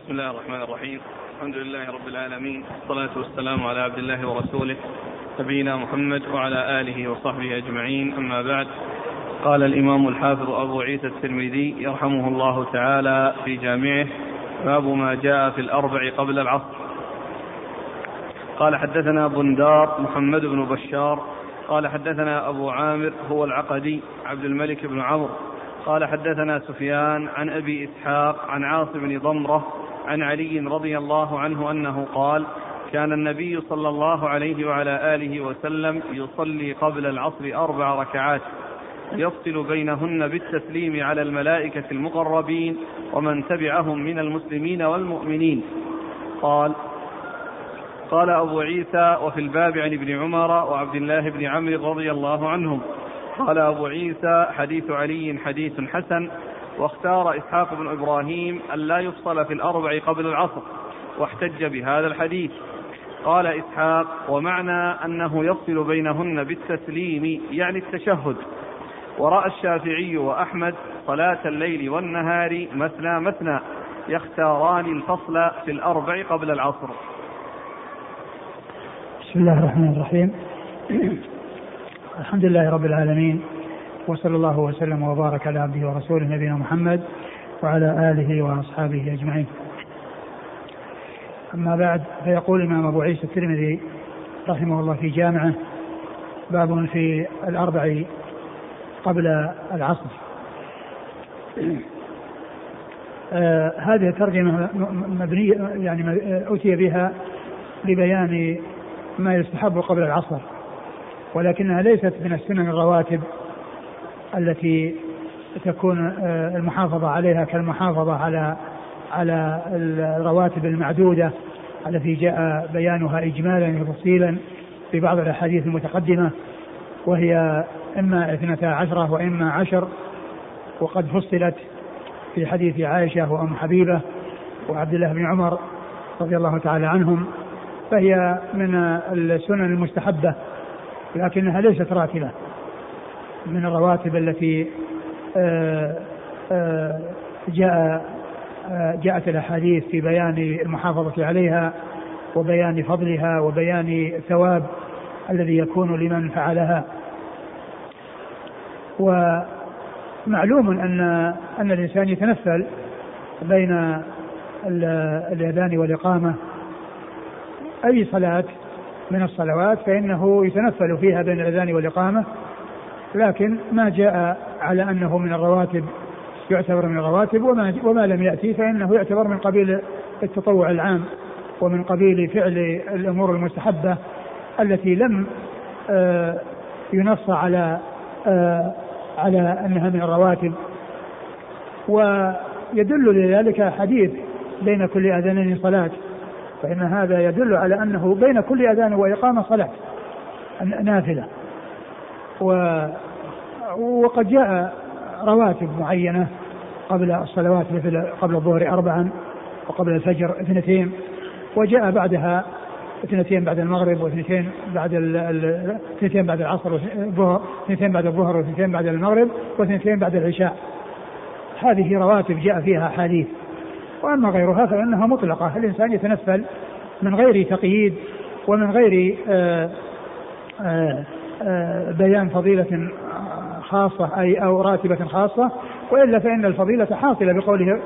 بسم الله الرحمن الرحيم. الحمد لله رب العالمين، والصلاة والسلام على عبد الله ورسوله نبينا محمد وعلى آله وصحبه أجمعين، أما بعد. قال الإمام الحافظ أبو عيسى الترمذي يرحمه الله تعالى في جامعه: باب ما جاء في الأربع قبل العصر. قال حدثنا بندار محمد بن بشار قال حدثنا أبو عامر هو العقدي عبد الملك بن عمرو قال حدثنا سفيان عن أبي إسحاق عن عاصم بن ضمرة عن علي رضي الله عنه أنه قال: كان النبي صلى الله عليه وعلى آله وسلم يصلي قبل العصر 4 ركعات يفصل بينهن بالتسليم على الملائكة المقربين ومن تبعهم من المسلمين والمؤمنين. قال أبو عيسى: وفي الباب عن ابن عمر وعبد الله بن عمرو رضي الله عنهم. قال أبو عيسى: حديث علي حديث حسن، واختار إسحاق بن إبراهيم أن لا يفصل في الأربع قبل العصر، واحتج بهذا الحديث. قال إسحاق: ومعنى أنه يفصل بينهن بالتسليم يعني التشهد. ورأى الشافعي وأحمد صلاة الليل والنهار مثنى مثنى يختاران الفصل في الأربع قبل العصر. بسم الله الرحمن الرحيم. الحمد لله رب العالمين، وصلى الله وسلم وبارك على عبده ورسوله نبينا محمد وعلى آله وأصحابه أجمعين. أما بعد، فيقول الإمام أبو عيسى الترمذي رحمه الله في جامعه: باب في الأربع قبل العصر. هذه الترجمة مبنية يعني أتي بها لبيان ما يستحب قبل العصر، ولكنها ليست من السنن الرواتب التي تكون المحافظة عليها كالمحافظة على الرواتب المعدودة التي جاء بيانها إجمالا وتفصيلا في بعض الأحاديث المتقدمة، وهي إما 12 وإما 10، وقد فصلت في حديث عائشة وأم حبيبة وعبد الله بن عمر رضي الله تعالى عنهم، فهي من السنن المستحبة، لكنها ليست راتبة من الرواتب التي جاءت الأحاديث في بيان المحافظة عليها وبيان فضلها وبيان الثواب الذي يكون لمن فعلها. ومعلوم أن الإنسان يتنفل بين الأذان والإقامة، أي صلاة من الصلوات فإنه يتنفل فيها بين الأذان والإقامة، لكن ما جاء على أنه من الرواتب يعتبر من الرواتب، وما لم يأتي فإنه يعتبر من قبيل التطوع العام ومن قبيل فعل الأمور المستحبة التي لم ينص على أنها من الرواتب. ويدل لذلك حديث بين كل أذانين صلاة، فإن هذا يدل على أنه بين كل أذان وإقامة صلاة نافلة. وقد جاء رواتب معينة قبل الصلوات، مثل قبل الظهر 4، وقبل الفجر 2، وجاء بعدها 2 بعد المغرب، و2 بعد 2 بعد العصر، 2 بعد الظهر، و2 بعد المغرب، و2 بعد العشاء. هذه رواتب جاء فيها حديث. وأما غيرها فإنها مطلقة، الإنسان يتنفل من غير تقييد ومن غير بيان فضيلة خاصة أو راتبة خاصة، وإلا فإن الفضيلة حاصلة بقوله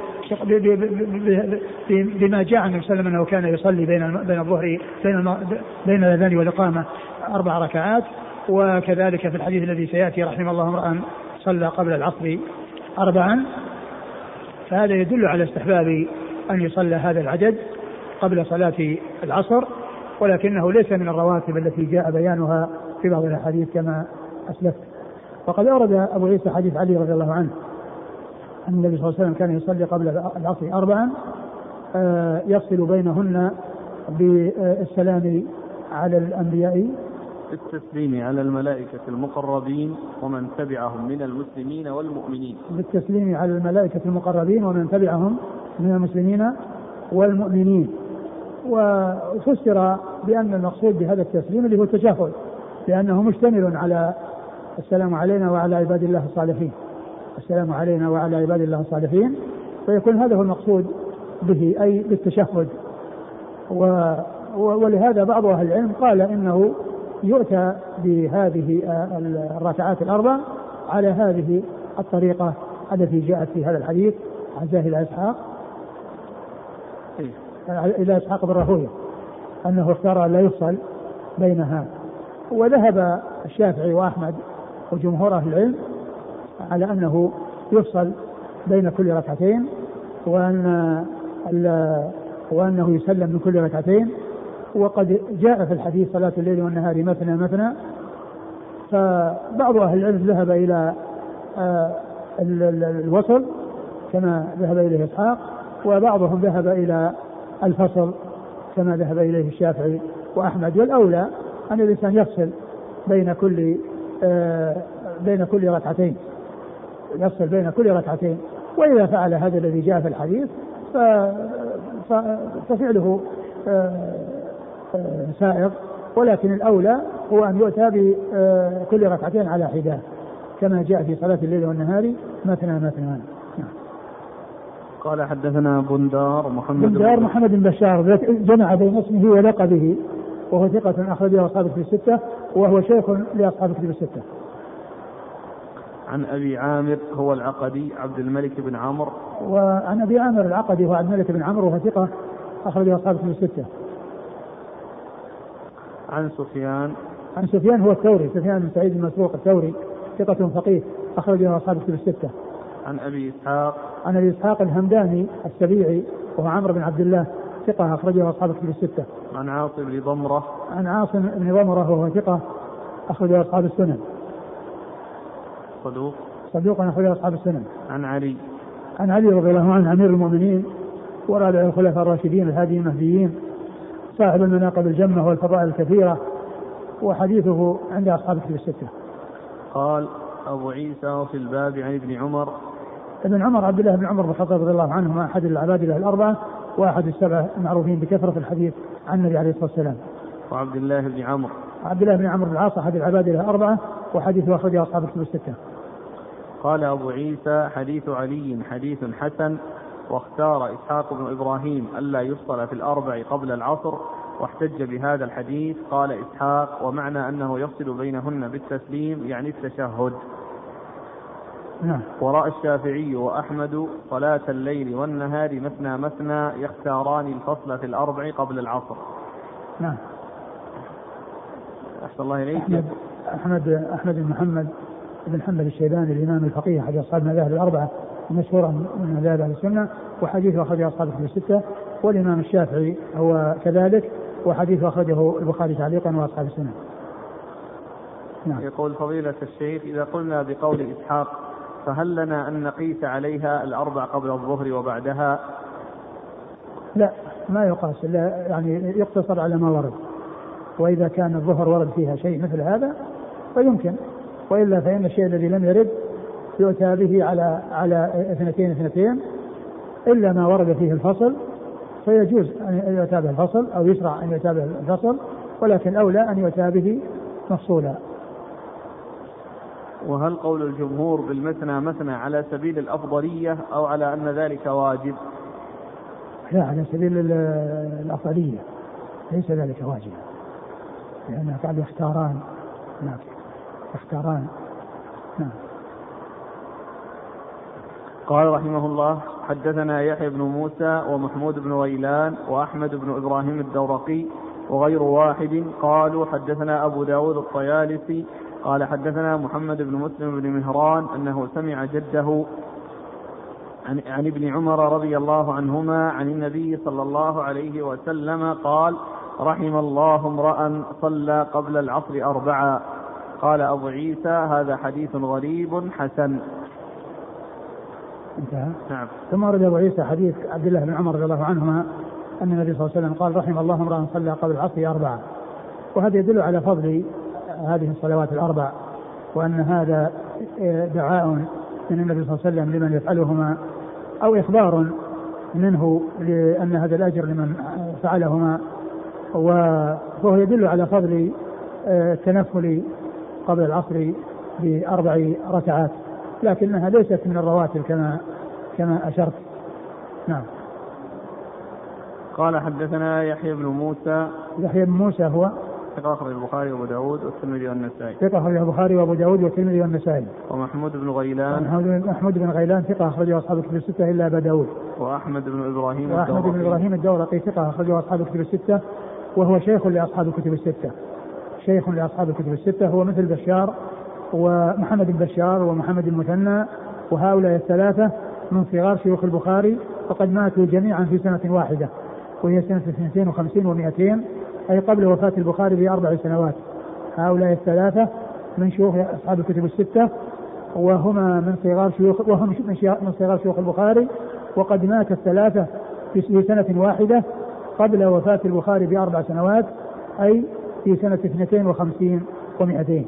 بما جاء عن النبي صلى الله عليه وسلم أنه كان يصلي بين الظهر بين الأذان والإقامة 4 ركعات، وكذلك في الحديث الذي سيأتي رحمه الله امرأ صلى قبل العصر 4. فهذا يدل على استحباب أن يصلى هذا العدد قبل صلاة العصر، ولكنه ليس من الرواتب التي جاء بيانها في بعض الأحاديث كما أسلفت. وقد أورد أبو عيسى حديث علي رضي الله عنه أن النبي صلى الله عليه وسلم كان يصلي قبل العصر 4 يفصل بينهن بالسلام على الأنبياء، بالتسليم على الملائكة المقربين ومن تبعهم من المسلمين والمؤمنين. بالتسليم على الملائكة المقربين ومن تبعهم من المسلمين والمؤمنين. وفسر بأن المقصود بهذا التسليم اللي هو التشهد، لأنه مشتمل على السلام علينا وعلى عباد الله الصالحين، السلام علينا وعلى عباد الله الصالحين، فيكون هذا هو المقصود به أي بالتشهد. ولهذا بعض أهل العلم قال إنه يؤتى بهذه الركعات الأربع على هذه الطريقة التي جاءت في هذا الحديث عن زاهد إلى إسحاق بن راهويه أنه اختار لا يفصل بينها. وذهب الشافعي وأحمد وجمهور أهل العلم على أنه يفصل بين كل ركعتين وأنه يسلم من كل ركعتين. وقد جاء في الحديث صلاة الليل والنهار مثنى مثنى. فبعض أهل العلم ذهب إلى الوصل كما ذهب إليه إسحاق، وبعضهم ذهب إلى الفصل كما ذهب إليه الشافعي وأحمد. والأولى أن الإنسان يفصل بين كل ركعتين، يفصل بين كل ركعتين. وإذا فعل هذا الذي جاء في الحديث ففعله سائغ، ولكن الأولى هو أن يؤتى بكل ركعتين على حدة كما جاء في صلاة الليل والنهار مثنى مثنى. قال حدثنا بندار محمد بن بشار جمع بين اسمه ولقبه، وهو ثقة أخرجه أصحاب الكتب الستة، وهو شيخ لأصحاب الكتب الستة. عن أبي عامر هو العقدي عبد الملك بن عمرو. وعن أبي عامر العقدي هو عبد الملك بن عمرو، وهو ثقة أخرجه أصحاب الكتب الستة. عن سفيان هو الثوري، سفيان بن سعيد المسروق الثوري، ثقة فقيه أخرجه أصحاب الكتب الستة. عن أبي إسحاق الهمداني السبيعي وهو عمرو بن عبد الله، ثقة أخرجه أصحاب الكتب الستة. عن عاصم بن ضمرة وهو ثقة أخرجه أصحاب السنن. صدوق أخرجه أصحاب السنن. عن علي رضي الله عنه أمير المؤمنين ورابع الخلفاء الراشدين الهادي المهديين، صاحب المناقب الجمة والفضائل الكثيرة، وحديثه عند أصحاب الكتب الستة. قال أبو عيسى في الباب عن ابن عمر عبد الله بن عمر بن الخطاب رضي الله عنهما أحد العباد له الأربعة وأحد السبعة المعروفين بكثرة الحديث عن النبي عليه الصلاة والسلام. وعبد الله بن عمرو بن العاص أحد العباد له الأربعة وحديثه أخرجه أصحاب الكتب الستة. قال أبو عيسى حديث علي حديث حسن، واختار إسحاق بن إبراهيم ألا يفصل في الأربع قبل العصر، واحتج بهذا الحديث. قال إسحاق ومعنى أنه يفصل بينهن بالتسليم يعني التشهد. ورأى الشافعي وأحمد صلاة الليل والنهار مثنى مثنى يختاران الفصل في الأربع قبل العصر. أحسن الله إليك. أحمد بن محمد بن حنبل الشيباني الإمام الفقيه أحد أصحاب المذاهب الأربعة المشهورة من مذاهب أهل السنة، وحديثه أخرجه أصحاب الكتب الستة. والإمام الشافعي هو كذلك، وحديثه أخرجه البخاري تعليقا وأصحاب السنة. يقول فضيلة الشيخ إذا قلنا بقول إسحاق فهل لنا أن نقيس عليها الأربع قبل الظهر وبعدها؟ لا، ما يقاس، يعني يقتصر على ما ورد. وإذا كان الظهر ورد فيها شيء مثل هذا فيمكن، وإلا فإن الشيء الذي لم يرد يؤتى به على اثنتين، إلا ما ورد فيه الفصل فيجوز أن يؤتى به الفصل أو يشرع أن يؤتى به الفصل، ولكن أولى أن يؤتى به مفصولا. وهل قول الجمهور بالمثنى مثنى على سبيل الأفضلية أو على أن ذلك واجب؟ لا، على سبيل الأفضلية، ليس ذلك واجب، لأنه قال يختاران. قال رحمه الله حدثنا يحيى بن موسى ومحمود بن غيلان وأحمد بن إبراهيم الدورقي وغير واحد قالوا حدثنا أبو داود الطيالسي قال حدثنا محمد بن مسلم بن مهران أنه سمع جده عن ابن عمر رضي الله عنهما عن النبي صلى الله عليه وسلم قال رحم الله امرأ صلى قبل العصر 4. قال أبو عيسى هذا حديث غريب حسن. انتهى. نعم. ثم ورد أبو عيسى حديث عبد الله بن عمر رضي الله عنهما أن النبي صلى الله عليه وسلم قال رحم الله امرأ صلى قبل العصر 4. وهذا يدل على فضل هذه الصلوات الأربع، وأن هذا دعاء من النبي صلى الله عليه وسلم لمن يفعلهما، أو إخبار منه لأن هذا الأجر لمن فعلهما، وهو يدل على فضل التنفل قبل العصر ب4 ركعات، لكنها ليست من الرواتب كما أشرت. نعم. قال حدثنا يحيى بن موسى. يحيى بن موسى هو ثقة أخرج البخاري وأبو داود والترمذي والنسائي. ثقة أخرج البخاري وأبو داود والترمذي والنسائي. ومحمود بن غيلان. محمود بن غيلان ثقة أخرجه أصحاب الكتب الستة إلا أبا داود. وأحمد بن إبراهيم الدورقي ثقة أخرجه أصحاب الكتب الستة وهو شيخ لأصحاب الكتب الستة. شيخ لأصحاب الكتب الستة، هو مثل بشار ومحمد بن بشار ومحمد المثنى، وهؤلاء الثلاثة من صغار شيوخ البخاري، وقد ماتوا جميعا في سنة واحدة وهي سنة 52 و200، أي قبل وفاة البخاري ب4 سنوات. هؤلاء الثلاثة من شيوخ أصحاب الكتب الستة، وهما من صغار شيوخ البخاري، وقد مات الثلاثة في سنة واحدة قبل وفاة البخاري ب4 سنوات، أي في سنة 52 و200.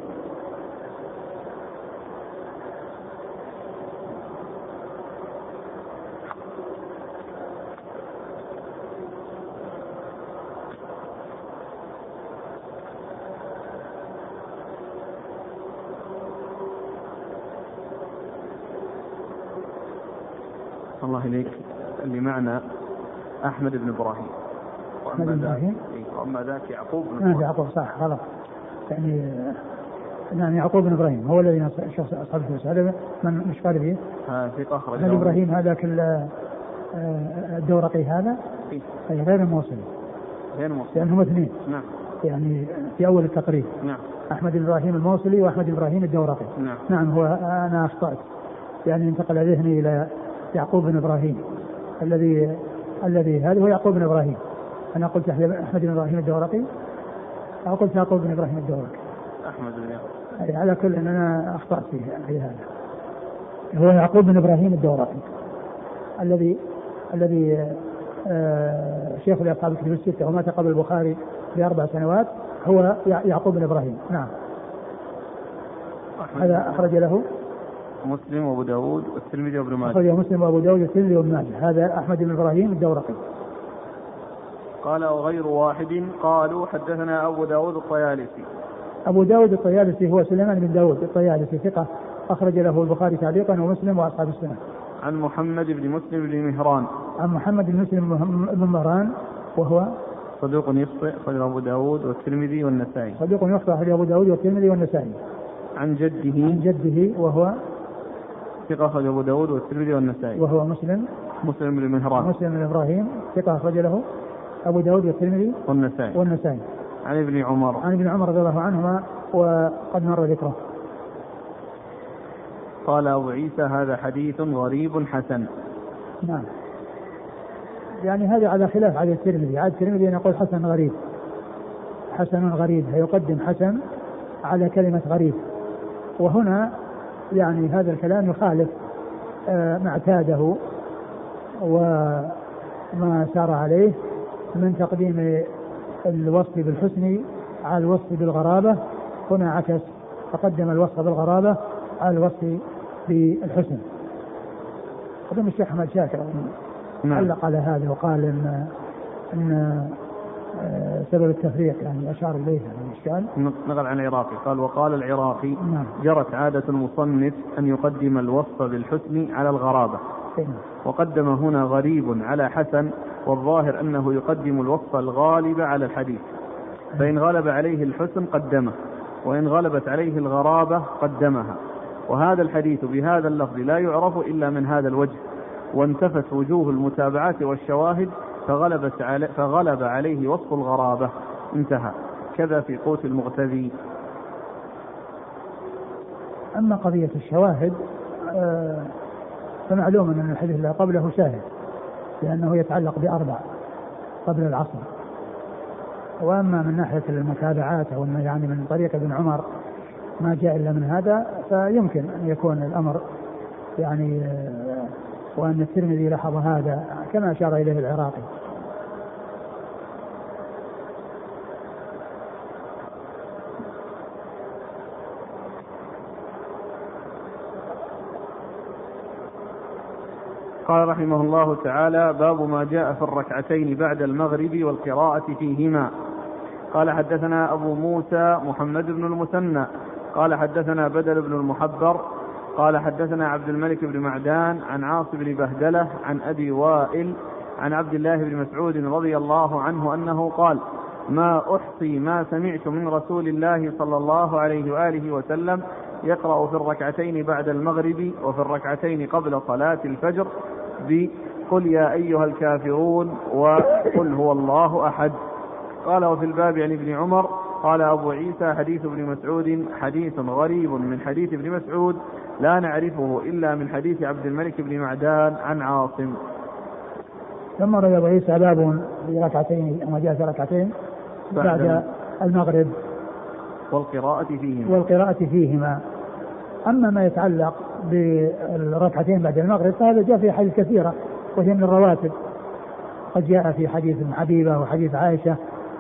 الله إليك. اللي معنا أحمد بن إبراهيم، وأما ذاك يعقوب بن إبراهيم. يعقوب صح غلط، يعني يعقوب بن إبراهيم هو الذي شخص أصحاب الكتب. هذا من مش قال فيه ثقة أخرج. هذا إبراهيم هذا الدورقي هذا أي غير الموصلي لأنهم اثنين. نعم. يعني في أول التقريب. نعم. أحمد بن إبراهيم الموصلي وأحمد بن إبراهيم الدورقي. نعم هو أنا أخطأت، يعني انتقل ذهني إلى يعقوب بن إبراهيم الذي هذا هو يعقوب بن إبراهيم. أنا قلت أحمد بن إبراهيم الدورقي أو قلت يعقوب بن إبراهيم الدورقي. أحمد بن إبراهيم على كل أن أنا أخطأت في هذا. هو يعقوب بن إبراهيم الدورقي الذي شيخ لأصحاب الكتب الستة ومات قبل البخاري ب4 سنوات، هو يعقوب بن إبراهيم. نعم. هذا أخرج له مسلم وابو داود والترمذي وابن ماجه. أخرجه مسلم وابو داود والترمذي وابن ماجه. هذا أحمد بن إبراهيم الدورقي. قال وغير واحد قالوا حدثنا أبو داود الطيالسي. أبو داود الطيالسي هو سليمان بن داود الطيالسي ثقة أخرج له البخاري تعليقا ومسلم وأصحاب السنة. عن محمد بن مسلم بن مهران. عن محمد بن مسلم بن مهران وهو صدوق يخطئ أخرج أبو داود والترمذي والنسائي. صدوق يخطئ أخرج أبو داود والترمذي والنسائي. عن جده وهو ثقة أخرج أبو داود والترمذي والنسائي. وهو مسلم بن مهران. مسلم بن إبراهيم ثقة أخرج له أبو داود والترمذي والنسائي. عن ابن عمر رضي الله عنهما وقد مر ذكره. قال أبو عيسى هذا حديث غريب حسن. نعم. يعني هذا على خلاف عادة الترمذي. عادة الترمذي يقول حسن غريب، هيقدم حسن على كلمة غريب، وهنا يعني هذا الكلام يخالف ما اعتاده وما سار عليه من تقديم الوصف بالحسن على الوصف بالغرابة. هنا عكس، فقدم الوصف بالغرابة على الوصف بالحسن. قدم الشيخ أحمد شاكر علق على هذا وقال إن سبب التفريق يعني أشار إليه الإشكال. نقل عن العراقي قال وقال العراقي جرت عادة المصنف أن يقدم الوصف بالحسن على الغرابة، وقدم هنا غريب على حسن، والظاهر أنه يقدم الوصف الغالب على الحديث، فإن غلب عليه الحسن قدمه، وإن غلبت عليه الغرابة قدمها. وهذا الحديث بهذا اللفظ لا يعرف إلا من هذا الوجه، وانتفت وجوه المتابعات والشواهد فغلب عليه وصف الغرابة. انتهى. كذا في قوت المغتذي. أما قضية الشواهد فمعلوم أن الحديث اللي قبله شاهد، لأنه يتعلق ب4 قبل العصر. وأما من ناحية المتابعات أو يعني من طريق ابن عمر ما جاء إلا من هذا، فيمكن أن يكون الأمر يعني وأن الترمذي لاحظ هذا كما أشار إليه العراقي. قال رحمه الله تعالى باب ما جاء في الركعتين بعد المغرب والقراءة فيهما. قال حدثنا أبو موسى محمد بن المثنى قال حدثنا بدل بن المحبر قال حدثنا عبد الملك بن معدان عن عاصم بن بهدلة عن أبي وائل عن عبد الله بن مسعود رضي الله عنه أنه قال: ما أحصي ما سمعت من رسول الله صلى الله عليه وآله وسلم يقرأ في الركعتين بعد المغرب وفي الركعتين قبل صلاة الفجر بقل يا أيها الكافرون وقل هو الله أحد. قال: وفي الباب عن ابن عمر. قال أبو عيسى: حديث ابن مسعود حديث غريب من حديث ابن مسعود لا نعرفه إلا من حديث عبد الملك بن معدان عن عاصم. ثم روى أبو عيسى باب بركعتين أما جاء في ركعتين بعد المغرب والقراءة فيهما. أما ما يتعلق بالركعتين بعد المغرب فهذا جاء في حديث كثيرة وهي من الرواتب، قد جاء في حديث حبيبة وحديث عائشة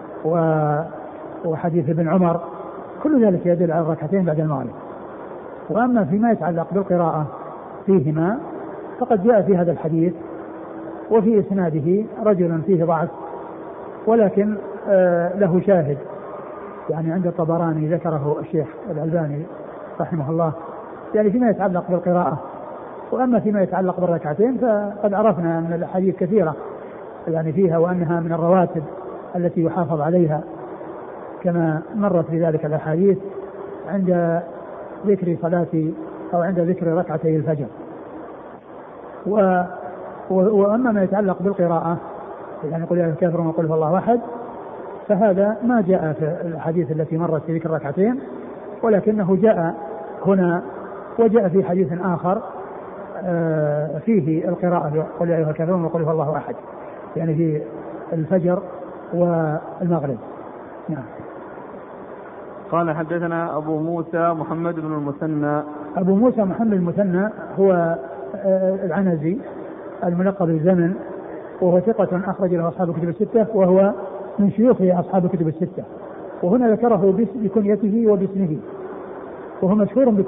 وحديث ابن عمر، كل ذلك يدل على الركعتين بعد المغرب. وأما فيما يتعلق بالقراءة فيهما فقد جاء في هذا الحديث وفي إسناده رجل فيه ضعف، ولكن له شاهد يعني عند الطبراني ذكره الشيخ الألباني رحمه الله، يعني فيما يتعلق بالقراءة. وأما فيما يتعلق بالركعتين فقد عرفنا أن الحديث كثيرة يعني فيها، وأنها من الرواتب التي يحافظ عليها كما مرت بذلك الأحاديث عند ذكر صلاة أو عند ذكر ركعتي الفجر. وأما ما يتعلق بالقراءة يعني قل يا الكافرون وقل هو الله أحد فهذا ما جاء في الحديث التي مرت في ذكر الركعتين، ولكنه جاء هنا وجاء في حديث آخر فيه القراءة قل يا الكافرون وقل هو الله أحد، يعني في الفجر والمغرب. نعم. قال: حدثنا أبو موسى محمد بن المثنى. أبو موسى محمد المثنى هو العنزي الملقب بالزمن، وهو ثقة أخرج له أصحاب الكتب الستة، وهو من شيوخ أصحاب الكتب الستة. وهنا ذكره بكنيته وباسمه، وهو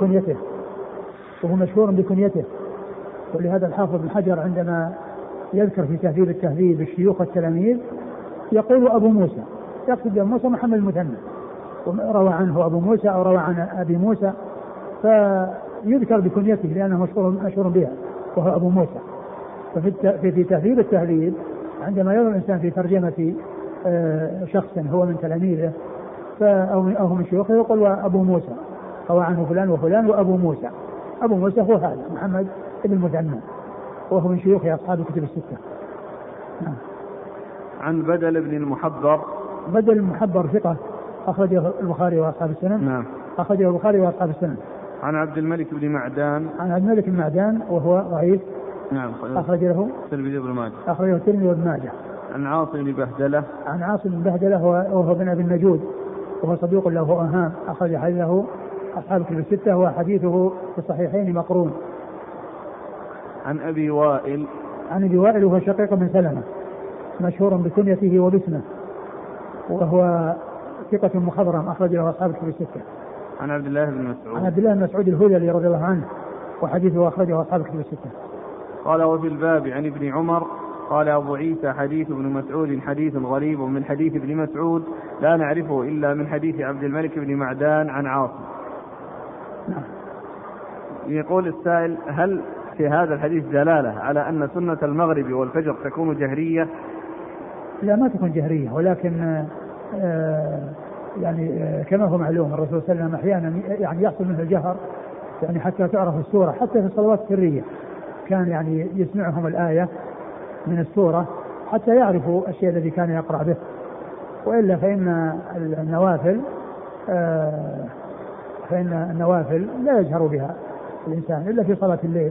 مشهور بكنيته. ولهذا الحافظ بن حجر عندما يذكر في تهذيب التهذيب الشيوخ والتلاميذ يقول أبو موسى، يقصد موسى محمد المثنى، روى عنه أبو موسى أو روى عن أبي موسى، فيذكر بكنيته لأنه مشهور بها وهو أبو موسى. ففي تهذيب التهذيب عندما يرى الإنسان في ترجمة شخص هو من تلاميذه أو من شيوخه يقول أبو موسى روى عنه فلان وفلان وأبو موسى. أبو موسى هو هذا محمد بن المثنى، وهو من شيوخ أصحاب الكتب الستة. عن بدل بن المحبر. بدل المحبر ثقة أخرجه البخاري وأصحاب السنن. نعم. أخرجه البخاري وأصحاب السنن. عن عبد الملك بن معدان. عن عبد الملك بن معدان وهو ضعيف. نعم. أخرجه الترمذي وابن ماجه. أخرجه الترمذي وابن ماجه. عن عاصم بن بهدلة. عن عاصم بن بهدلة وهو بن أبي النجود، وهو صدوق له أوهام، أخرج حديثه أصحاب الكتب الستة، وحديثه في الصحيحين مقرون. عن أبي وائل. عن أبي وائل وهو شقيق بن سلمة، مشهور بكنيته وباسمه، وهو ثقة مخضرم أخرج له أصحاب الكتب الستة. عن عبد الله بن مسعود. عن عبد الله بن مسعود الهذلي رضي الله عنه، وحديثه أخرجه أصحاب الكتب الستة. قال: وفي الباب عن ابن عمر. قال أبو عيسى: حديث ابن مسعود حديث غريب من حديث ابن مسعود لا نعرفه إلا من حديث عبد الملك بن معدان عن عاصم. نعم. يقول السائل: هل في هذا الحديث دلالة على أن سنة المغرب والفجر تكون جهرية؟ لا، ما تكون جهرية، ولكن يعني كما هو معلوم الرسول صلى الله عليه وسلم أحيانا يعني يحصل منه الجهر، يعني حتى تعرف السورة، حتى في الصلوات السرية كان يعني يسمعهم الآية من السورة حتى يعرفوا الشيء الذي كان يقرأ به. وإلا فإن النوافل لا يجهر بها الإنسان إلا في صلاة الليل.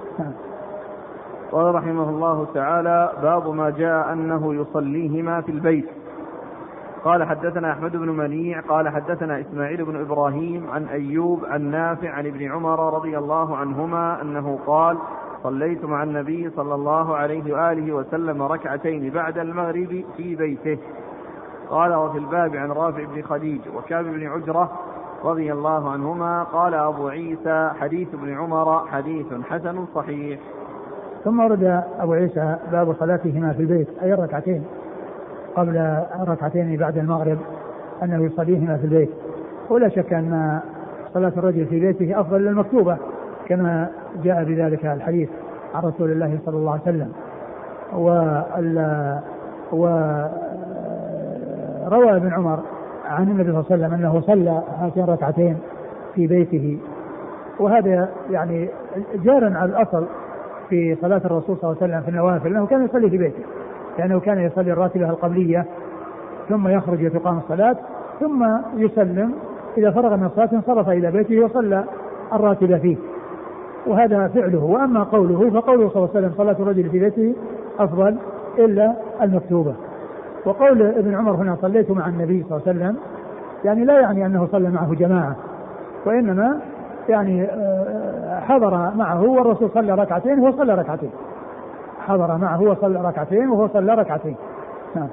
قال رحمه الله تعالى: باب ما جاء أنه يصليهما في البيت. قال: حدثنا أحمد بن منيع قال: حدثنا إسماعيل بن إبراهيم عن أيوب عن نافع عن ابن عمر رضي الله عنهما أنه قال: صليت مع النبي صلى الله عليه وآله وسلم ركعتين بعد المغرب في بيته. قال: وفي الباب عن رافع بن خديج وكعب بن عجرة رضي الله عنهما. قال أبو عيسى: حديث ابن عمر حديث حسن صحيح. ثم ورد أبو عيسى باب صلاتهما في البيت، أي الركعتين قبل الركعتين بعد المغرب أنه يصليهما في البيت. ولا شك أن صلاة الرجل في بيته أفضل للمكتوبة كما جاء بذلك الحديث عن رسول الله صلى الله عليه وسلم. وروى ابن عمر عن النبي صلى الله عليه وسلم أنه صلى هاتين ركعتين في بيته، وهذا يعني جار على الأصل في صلاة الرسول صلى الله عليه وسلم في النوافل أنه كان يصلي في بيته، لأنه كان يصلي الراتبة القبلية ثم يخرج وتقام الصلاة ثم يسلم، إذا فرغ من الصلاة انصرف إلى بيته وصلى الراتبة فيه، وهذا فعله. وأما قوله فقوله صلى الله عليه وسلم صلاة الرجل في بيته أفضل إلا المكتوبة. وقول ابن عمر هنا صليت مع النبي صلى الله عليه وسلم يعني لا يعني أنه صلى معه جماعة، وإنما يعني حضر معه والرسول صلى ركعتين وهو صلى ركعتين، حضر معه وصلى ركعتين وهو صلى ركعتين. نعم.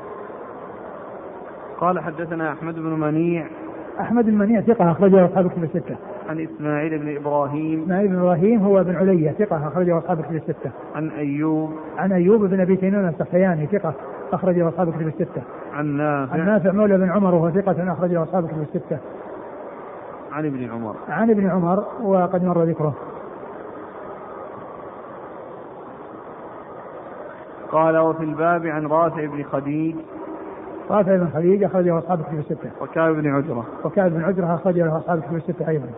قال حدثنا أحمد بن منيع. أحمد بن منيع ثقة أخرجه أصحاب الكتب الستة. عن إسماعيل بن إبراهيم. إسماعيل بن إبراهيم هو بن علية ثقة أخرجه أصحاب الكتب الستة. عن أيوب. عن أيوب بن أبي تيمون السختياني ثقة أخرجه أصحاب الكتب الستة. عن نافع. عن نافع مولى بن عمر وهو ثقة أخرجه أصحاب الكتب الستة. عن ابن عمر. عن ابن عمر وقد مر ذكره. قال وفي الباب عن رافع بن خديج. رافع بن خديج أخرجه أصحاب الكتب الستة. وكعب بن عجرة. وكعب بن عجرة أخرجه أصحاب الكتب الستة أيضا.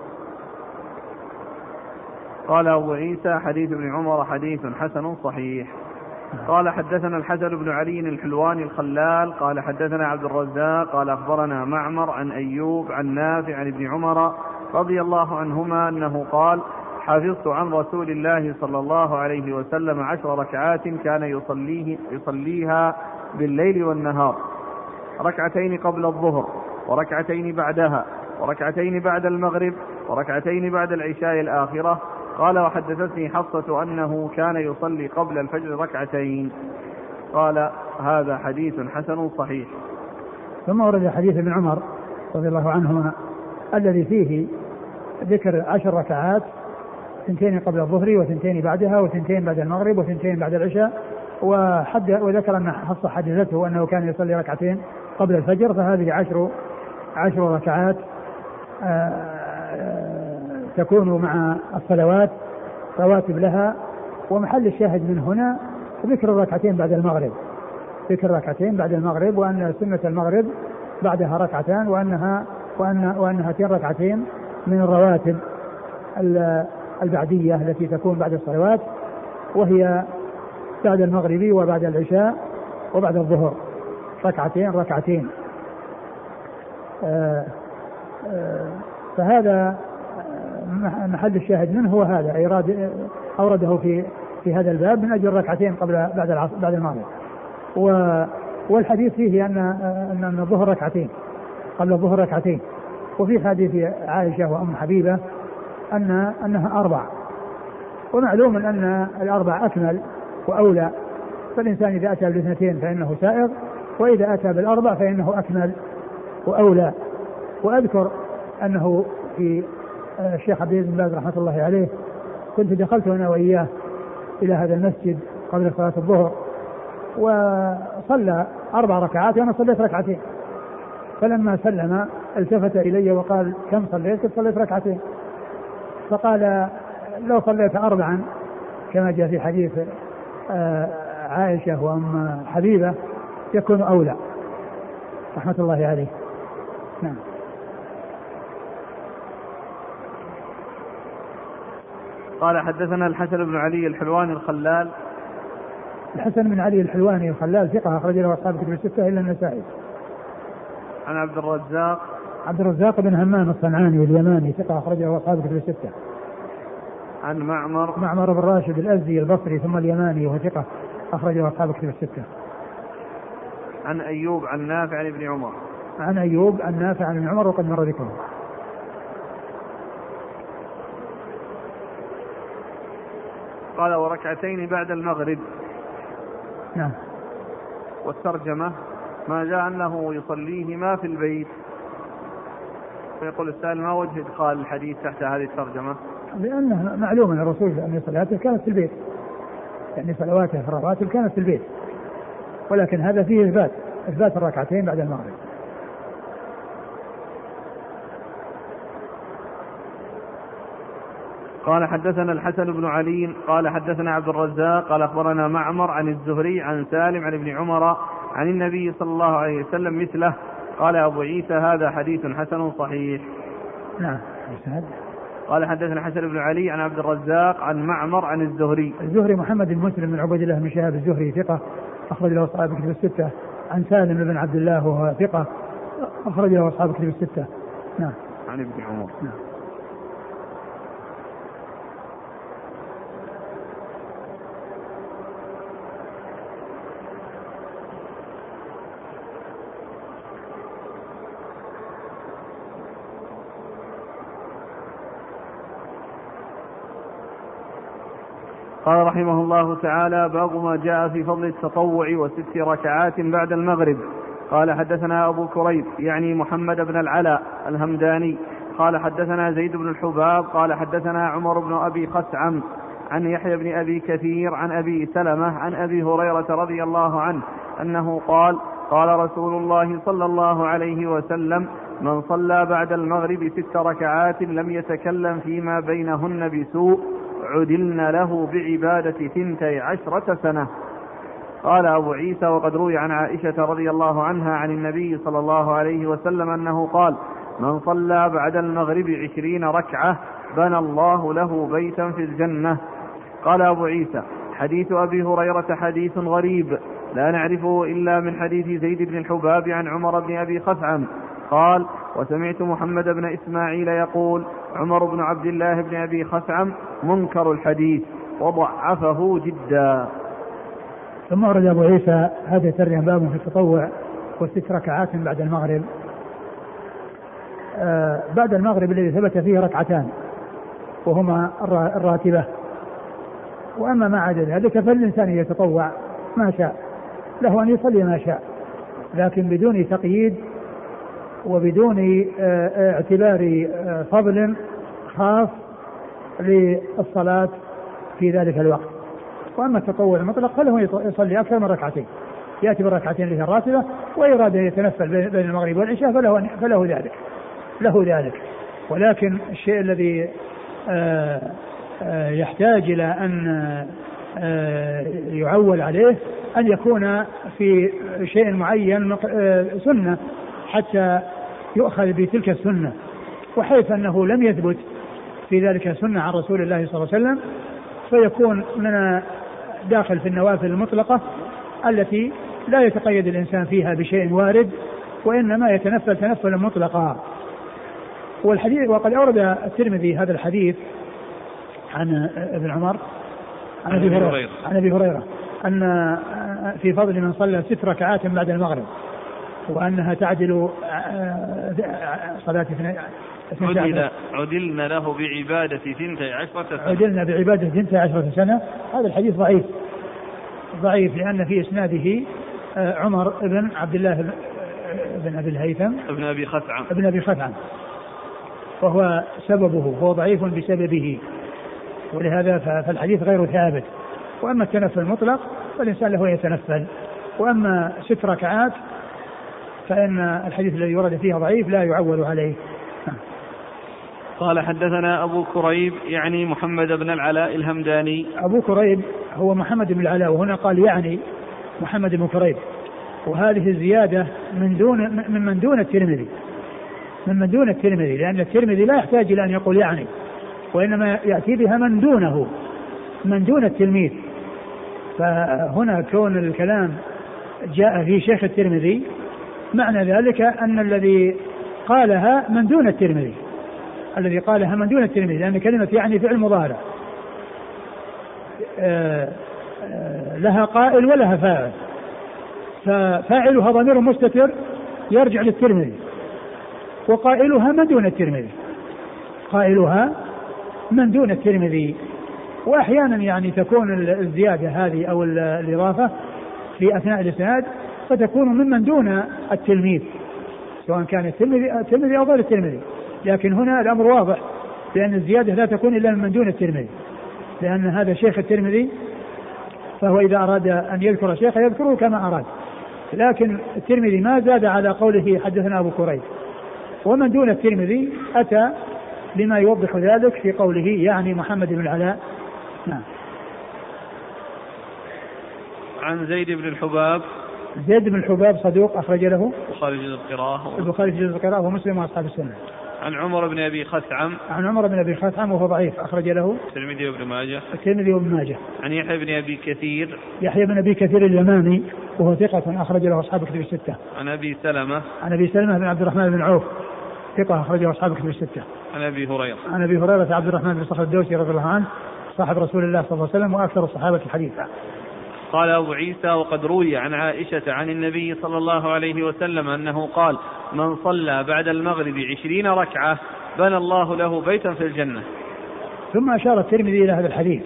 قال أبو عيسى حديث ابن عمر حديث حسن صحيح. قال حدثنا الحسن بن علي الحلواني الخلال قال حدثنا عبد الرزاق قال أخبرنا معمر عن أيوب عن نافع عن ابن عمر رضي الله عنهما أنه قال حفظت عن رسول الله صلى الله عليه وسلم 10 ركعات كان يصليها بالليل والنهار، ركعتين قبل الظهر وركعتين بعدها وركعتين بعد المغرب وركعتين بعد العشاء الآخرة. قال وحدثتني حفصة أنه كان يصلي قبل الفجر ركعتين. قال هذا حديث حسن صحيح. ثم ورد حديث ابن عمر رضي الله عنهما الذي فيه ذكر 10 ركعات، 2 قبل الظهر و2 بعدها و2 بعد المغرب و2 بعد العشاء، وذكر أن حفصة حدثته أنه كان يصلي ركعتين قبل الفجر، فهذه 10 ركعات تكون مع الصلوات رواتب لها. ومحل الشاهد من هنا ذكر الركعتين بعد المغرب، ذكر ركعتين بعد المغرب، وأن سنة المغرب بعدها ركعتان، وأنها 2 ركعتين من الرواتب البعدية التي تكون بعد الصلوات، وهي بعد المغرب وبعد العشاء وبعد الظهر ركعتين. فهذا محل الشاهد منه هو هذا، أورده في هذا الباب من أجل ركعتين بعد المغرب. والحديث فيه أن الظهر ركعتين قبل الظهر ركعتين. وفي حديث عائشة وأم حبيبة أنها 4، ومعلوم أن 4 أكمل وأولى، فالإنسان إذا أتى ب2 فإنه سائغ، وإذا أتى بال4 فإنه أكمل وأولى. وأذكر أنه في الشيخ عبد العزيز بن باز رحمة الله عليه كنت دخلت أنا وإياه إلى هذا المسجد قبل صلاة الظهر، وصلى 4 ركعات وأنا صليت ركعتين، فلما سلم التفت إلي وقال كم صليت؟ صليت ركعتين. فقال لو صليت 4 كما جاء في حديث عائشة وأم حبيبة يكون أولى، رحمة الله عليه. نعم. قال حدثنا الحسن بن علي الحلواني الخلال. الحسن بن علي الحلواني الخلال ثقة أخرج له أصحاب الكتب الستة إلا النسائي. عن عبد الرزاق بن همام الصنعاني اليماني ثقة أخرج له أصحاب الكتب الستة. عن معمر بن راشد الأزدي البصري ثم اليماني وهو ثقة أخرج له أصحاب الكتب الستة. عن أيوب عن نافع عن ابن عمر. عن أيوب عن نافع عن ابن عمر وقد مر ذكره. قال وركعتين بعد المغرب. نعم. والترجمة ما جاء أنه يصليهما في البيت. فيقول السائل ما وجه إدخال الحديث تحت هذه الترجمة؟ لأنه معلوم أن الرسول أن صلاته كانت في البيت، يعني صلواته في الرواتب كانت في البيت، ولكن هذا فيه إثبات الركعتين بعد المغرب. قال حدثنا الحسن بن علي قال حدثنا عبد الرزاق قال أخبرنا معمر عن الزهري عن سالم عن ابن عمر عن النبي صلى الله عليه وسلم مثله. قال أبو عيسى هذا حديث حسن صحيح. نعم. قال حدثنا الحسن بن علي عن عبد الرزاق عن معمر عن الزهري. الزهري محمد بن مسلم بن عبيد الله بن شهاب الزهري ثقة أخرج له أصحاب الكتب الستة. عن سالم بن عبد الله وهو ثقة أخرج له أصحاب الكتب الستة. نعم. عن ابن عمر. نعم. قال رحمه الله تعالى باب ما جاء في فضل التطوع و6 ركعات بعد المغرب. قال حدثنا أبو كريب يعني محمد بن العلاء الهمداني قال حدثنا زيد بن الحباب قال حدثنا عمر بن أبي خثعم عن يحيى بن أبي كثير عن أبي سلمة عن أبي هريرة رضي الله عنه أنه قال قال رسول الله صلى الله عليه وسلم من صلى بعد المغرب 6 ركعات لم يتكلم فيما بينهن بسوء عدلن له بعبادة 12 سنة. قال أبو عيسى وقد روي عن عائشة رضي الله عنها عن النبي صلى الله عليه وسلم أنه قال من صلى بعد المغرب 20 ركعة بنى الله له بيتا في الجنة. قال أبو عيسى حديث أبي هريرة حديث غريب لا نعرفه إلا من حديث زيد بن الحباب عن عمر بن أبي خثعم قال وسمعت محمد بن إسماعيل يقول عمر بن عبد الله بن أبي خثعم منكر الحديث وضعفه جدا. ثم أورد أبو عيسى هذا ترجم باب في التطوع و6 ركعات بعد المغرب. بعد المغرب الذي ثبت فيه ركعتان وهما الراتبة. وأما ما عدا ذلك فالإنسان يتطوع ما شاء له أن يصلي ما شاء لكن بدون تقييد وبدون اعتبار فضل خاص للصلاة في ذلك الوقت. وأما التطوع المطلق فله يصلي أكثر من ركعتين يأتي بالركعتين اللي هي الراتبة وإراد أن يتنفل بين المغرب والعشاء فله ذلك. ولكن الشيء الذي يحتاج إلى أن يعول عليه أن يكون في شيء معين سنة حتى يؤخذ بتلك السنة وحيث أنه لم يثبت في ذلك سنة عن رسول الله صلى الله عليه وسلم فيكون من داخل في النوافل المطلقة التي لا يتقيد الإنسان فيها بشيء وارد وإنما يتنفل تنفلا مطلقا. والحديث وقد أورد الترمذي هذا الحديث عن ابن عمر عن أبي هريرة أن في فضل من صلى 6 ركعات بعد المغرب وأنها تعدل صلاة عدلنا له بعبادة 12 سنة. عدلنا بعبادة 12 سنة. هذا الحديث ضعيف لأن في إسناده عمر بن عبد الله بن أبي الهيثم ابن أبي خثعم وهو سببه هو ضعيف بسببه ولهذا فالحديث غير ثابت. وأما التنفل المطلق فالإنسان له يتنفل. وأما 6 ركعات فإن الحديث الذي ورد فيها ضعيف لا يعول عليه. قال حدثنا أبو كريب يعني محمد بن العلاء الهمداني. أبو كريب هو محمد بن العلاء وهنا قال يعني محمد بن كريب وهذه الزيادة من دون الترمذي لأن الترمذي لا يحتاج إلى أن يقول يعني وإنما يأتي بها من دون التلميذ. فهنا كون الكلام جاء في شيخ الترمذي معنى ذلك أن الذي قالها من دون الترمذي لأن كلمة يعني فعل مضارع لها قائل ولها فاعل ففاعلها ضمير مستتر يرجع للترمذي وقائلها من دون الترمذي. وأحيانا يعني تكون الزيادة هذه أو الإضافة في أثناء الإسناد فتكون ممن دون التلميذ سواء كان الترمذي أو غير الترمذي. لكن هنا الأمر واضح لأن الزيادة لا تكون إلا من دون الترمذي لأن هذا شيخ الترمذي فهو إذا أراد أن يذكر شيخه يذكره كما أراد. لكن الترمذي ما زاد على قوله حدثنا أبو كريب ومن دون الترمذي أتى لما يوضح ذلك في قوله يعني محمد بن العلاء. نعم. عن زيد بن الحباب. زيد بن الحباب صدوق أخرج له البخاري جزء القراءة. البخاري جزء القراءة ومسلم وأصحاب السنة. عن عمر بن أبي خثعم. عن عمر بن أبي خثعم وهو ضعيف أخرج له الترمذي وابن ماجه. الترمذي وابن ماجه. عن يحيى بن أبي كثير. يحيى بن أبي كثير اليمامي وهو ثقة أخرج له أصحاب كتب الستة. عن أبي سلمة. عن أبي سلمة بن عبد الرحمن بن عوف ثقة أخرج له أصحاب كتب الستة. عن أبي هريرة. عن أبي هريرة عبد الرحمن بن صخر الدوسي رضي الله عنه صاحب رسول الله صلى الله عليه وسلم وأكثر الصحابة حديثا. قال أبو عيسى وقد روي عن عائشة عن النبي صلى الله عليه وسلم أنه قال من صلى بعد المغرب 20 ركعة بنى الله له بيتا في الجنة. ثم أشار الترمذي إلى هذا الحديث،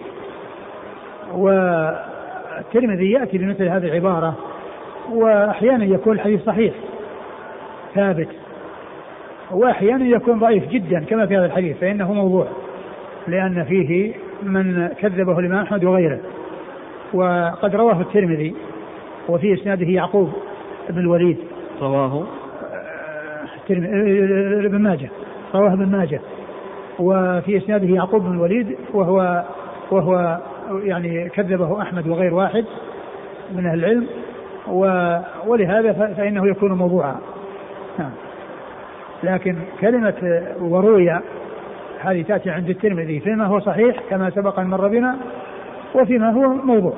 والترمذي يأتي بمثل هذه العبارة، وأحيانا يكون الحديث صحيح ثابت، وأحيانا يكون ضعيف جدا كما في هذا الحديث، فإنه موضوع لأن فيه من كذبه الإمام أحمد وغيره. وقد رواه الترمذي وفي إسناده يعقوب بن الوليد. رواه ابن ماجه. رواه ابن ماجه وفي إسناده يعقوب بن الوليد وهو يعني كذبه أحمد وغير واحد من أهل العلم، ولهذا فإنه يكون موضوعا. لكن كلمة وروي هذه تأتي عند الترمذي فيما هو صحيح كما سبق أن مر بنا، وفيما هو موضوع.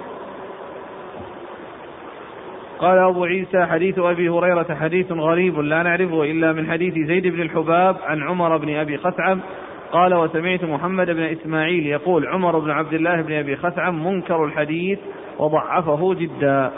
قال أبو عيسى حديث أبي هريرة حديث غريب لا نعرفه إلا من حديث زيد بن الحباب عن عمر بن أبي خثعم قال وسمعت محمد بن إسماعيل يقول عمر بن عبد الله بن أبي خثعم منكر الحديث وضعفه جدا.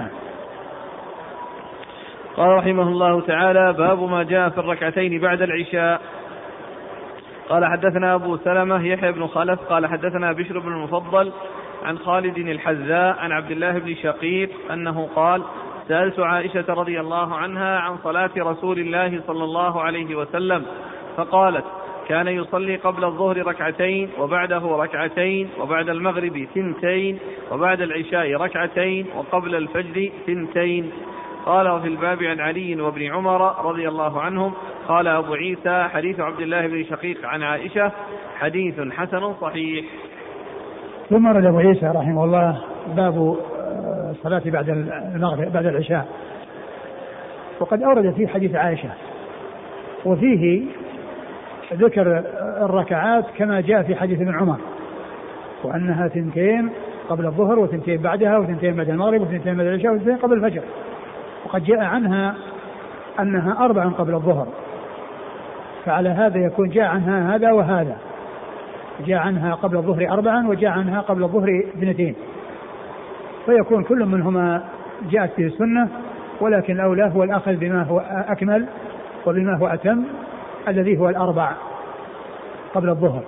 قال رحمه الله تعالى باب ما جاء في الركعتين بعد العشاء. قال حدثنا أبو سلمة يحيى بن خلف قال حدثنا بشر بن المفضل عن خالد الحذاء عن عبد الله بن شقيق أنه قال سألت عائشة رضي الله عنها عن صلاة رسول الله صلى الله عليه وسلم فقالت كان يصلي قبل الظهر ركعتين وبعده ركعتين وبعد المغرب 2 وبعد العشاء ركعتين وقبل الفجر 2. قال وفي الباب عن علي وابن عمر رضي الله عنهم. قال أبو عيسى حديث عبد الله بن شقيق عن عائشة حديث حسن صحيح. ثم رد أبو عيسى رحمه الله باب الصلاة بعد المغرب بعد العشاء، وقد أورد فيه حديث عائشة وفيه ذكر الركعات كما جاء في حديث ابن عمر، وأنها 2 قبل الظهر و2 بعدها و2 بعد المغرب و2 بعد العشاء و2 قبل الفجر. وقد جاء عنها أنها 4 قبل الظهر، فعلى هذا يكون جاء عنها هذا وهذا، جاء عنها قبل الظهر 4 وجاء عنها قبل الظهر 2، فيكون كل منهما جاءت به السنة، ولكن الأولى هو الأخذ بما هو أكمل وبما هو أتم الذي هو 4 قبل الظهر.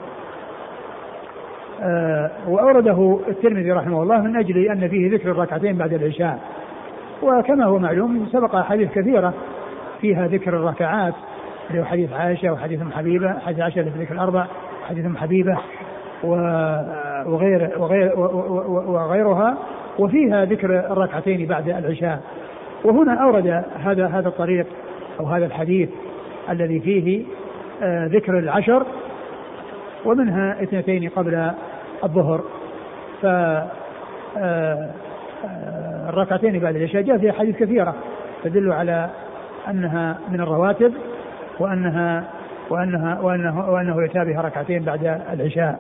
وأورده الترمذي رحمه الله من أجل أن فيه ذكر الركعتين بعد العشاء، وكما هو معلوم سبق حديث كثيرة فيها ذكر الركعات، اللي هو حديث عائشة وحديث أم حبيبة، حديث عائشة في ذكر 4 وحديث أم حبيبة وغيرها، وفيها ذكر الركعتين بعد العشاء. وهنا أورد هذا الطريق أو هذا الحديث الذي فيه ذكر 10 ومنها 2 قبل الظهر. الركعتين بعد العشاء جاء فيها حديث كثيرة تدل على أنها من الرواتب وأنه يتابعها ركعتين بعد العشاء.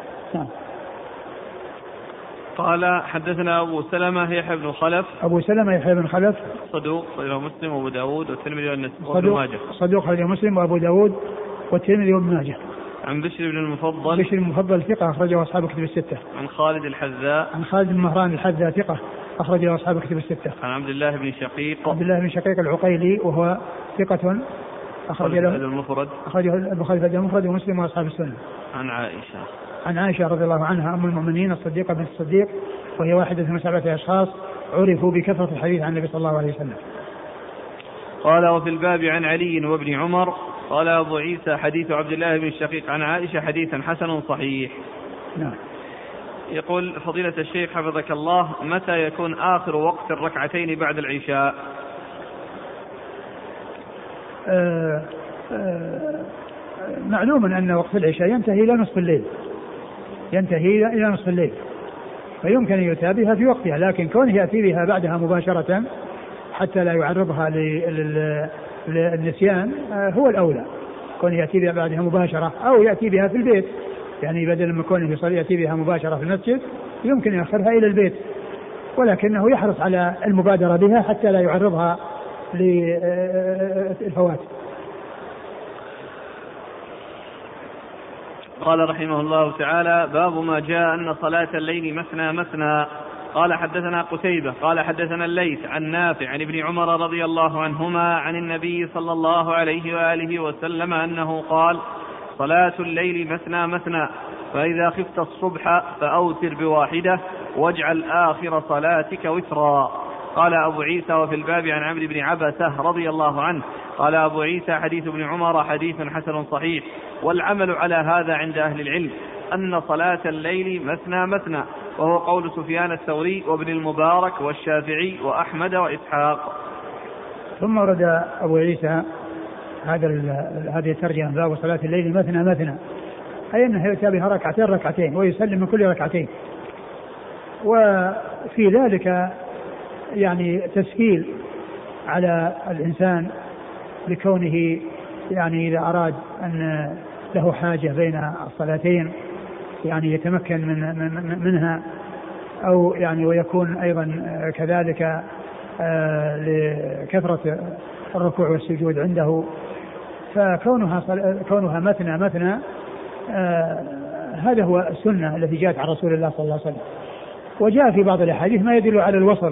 قال حدثنا أبو سلمة يحيى بن خلف. أبو سلمة يحيى بن خلف صدوق رواه مسلم وأبو داود والترمذي وابن ماجه. صدوق رواه مسلم وأبو داود والترمذي وابن ماجه. عن بشر بن المفضل. بشر بن المفضل ثقة أخرجه أصحاب كتب الستة. عن خالد الحذاء. عن خالد بن مهران الحذاء ثقة أخرجه أصحاب كتب الستة. عن عبد الله بن شقيق. عبد الله بن شقيق العقيلي وهو ثقة أخرجه المفرد. أخرجه البخاري في المفرد ومسلم وأصحاب السنة. عن عائشة. عن عائشة رضي الله عنها أم المؤمنين الصديقة بنت الصديق، وهي واحدة من 7 أشخاص عرفوا بكثرة الحديث عن النبي صلى الله عليه وسلم. قال وفي الباب عن علي وابن عمر. قال أبو عيسى حديث عبد الله بن الشقيق عن عائشة حديثا حسن صحيح. نعم. يقول فضيلة الشيخ حفظك الله متى يكون آخر وقت الركعتين بعد العشاء؟ معلوم أن وقت العشاء ينتهي إلى نصف الليل، ينتهي إلى نصف الليل، فيمكن أن يؤتى بها في وقتها، لكن كونه يأتي بها بعدها مباشرة حتى لا يعرضها للنسيان هو الأولى، كونه يأتي بها بعدها مباشرة، أو يأتي بها في البيت، يعني بدل ما كونه يصلي يأتي بها مباشرة في المسجد يمكن يأخرها إلى البيت، ولكنه يحرص على المبادرة بها حتى لا يعرضها للفوات. قال رحمه الله تعالى: باب ما جاء أن صلاة الليل مثنى مثنى. قال حدثنا قتيبة قال حدثنا الليث عن نافع عن ابن عمر رضي الله عنهما عن النبي صلى الله عليه وآله وسلم أنه قال: صلاة الليل مثنى مثنى، فإذا خفت الصبح فأوتر بواحدة واجعل آخر صلاتك وترا. قال أبو عيسى: وفي الباب عن عمرو بن عبسة رضي الله عنه. قال أبو عيسى: حديث ابن عمر حديث حسن صحيح، والعمل على هذا عند أهل العلم أن صلاة الليل مثنى مثنى، وهو قول سفيان الثوري وابن المبارك والشافعي وأحمد وإسحاق. ثم ورد أبو عيسى هذه الترجمة: باب صلاة الليل مثنى مثنى، أي أنه يؤتى بها ركعتين ركعتين ويسلم من كل ركعتين، وفي ذلك يعني تسهيل على الإنسان لكونه يعني إذا أراد أن له حاجة بين الصلاتين يعني يتمكن منها، أو يعني ويكون أيضا كذلك لكثرة الركوع والسجود عنده، فكونها مثنى مثنى هذا هو السنة التي جاءت عن رسول الله صلى الله عليه وسلم. وجاء في بعض الأحاديث ما يدل على الوصل،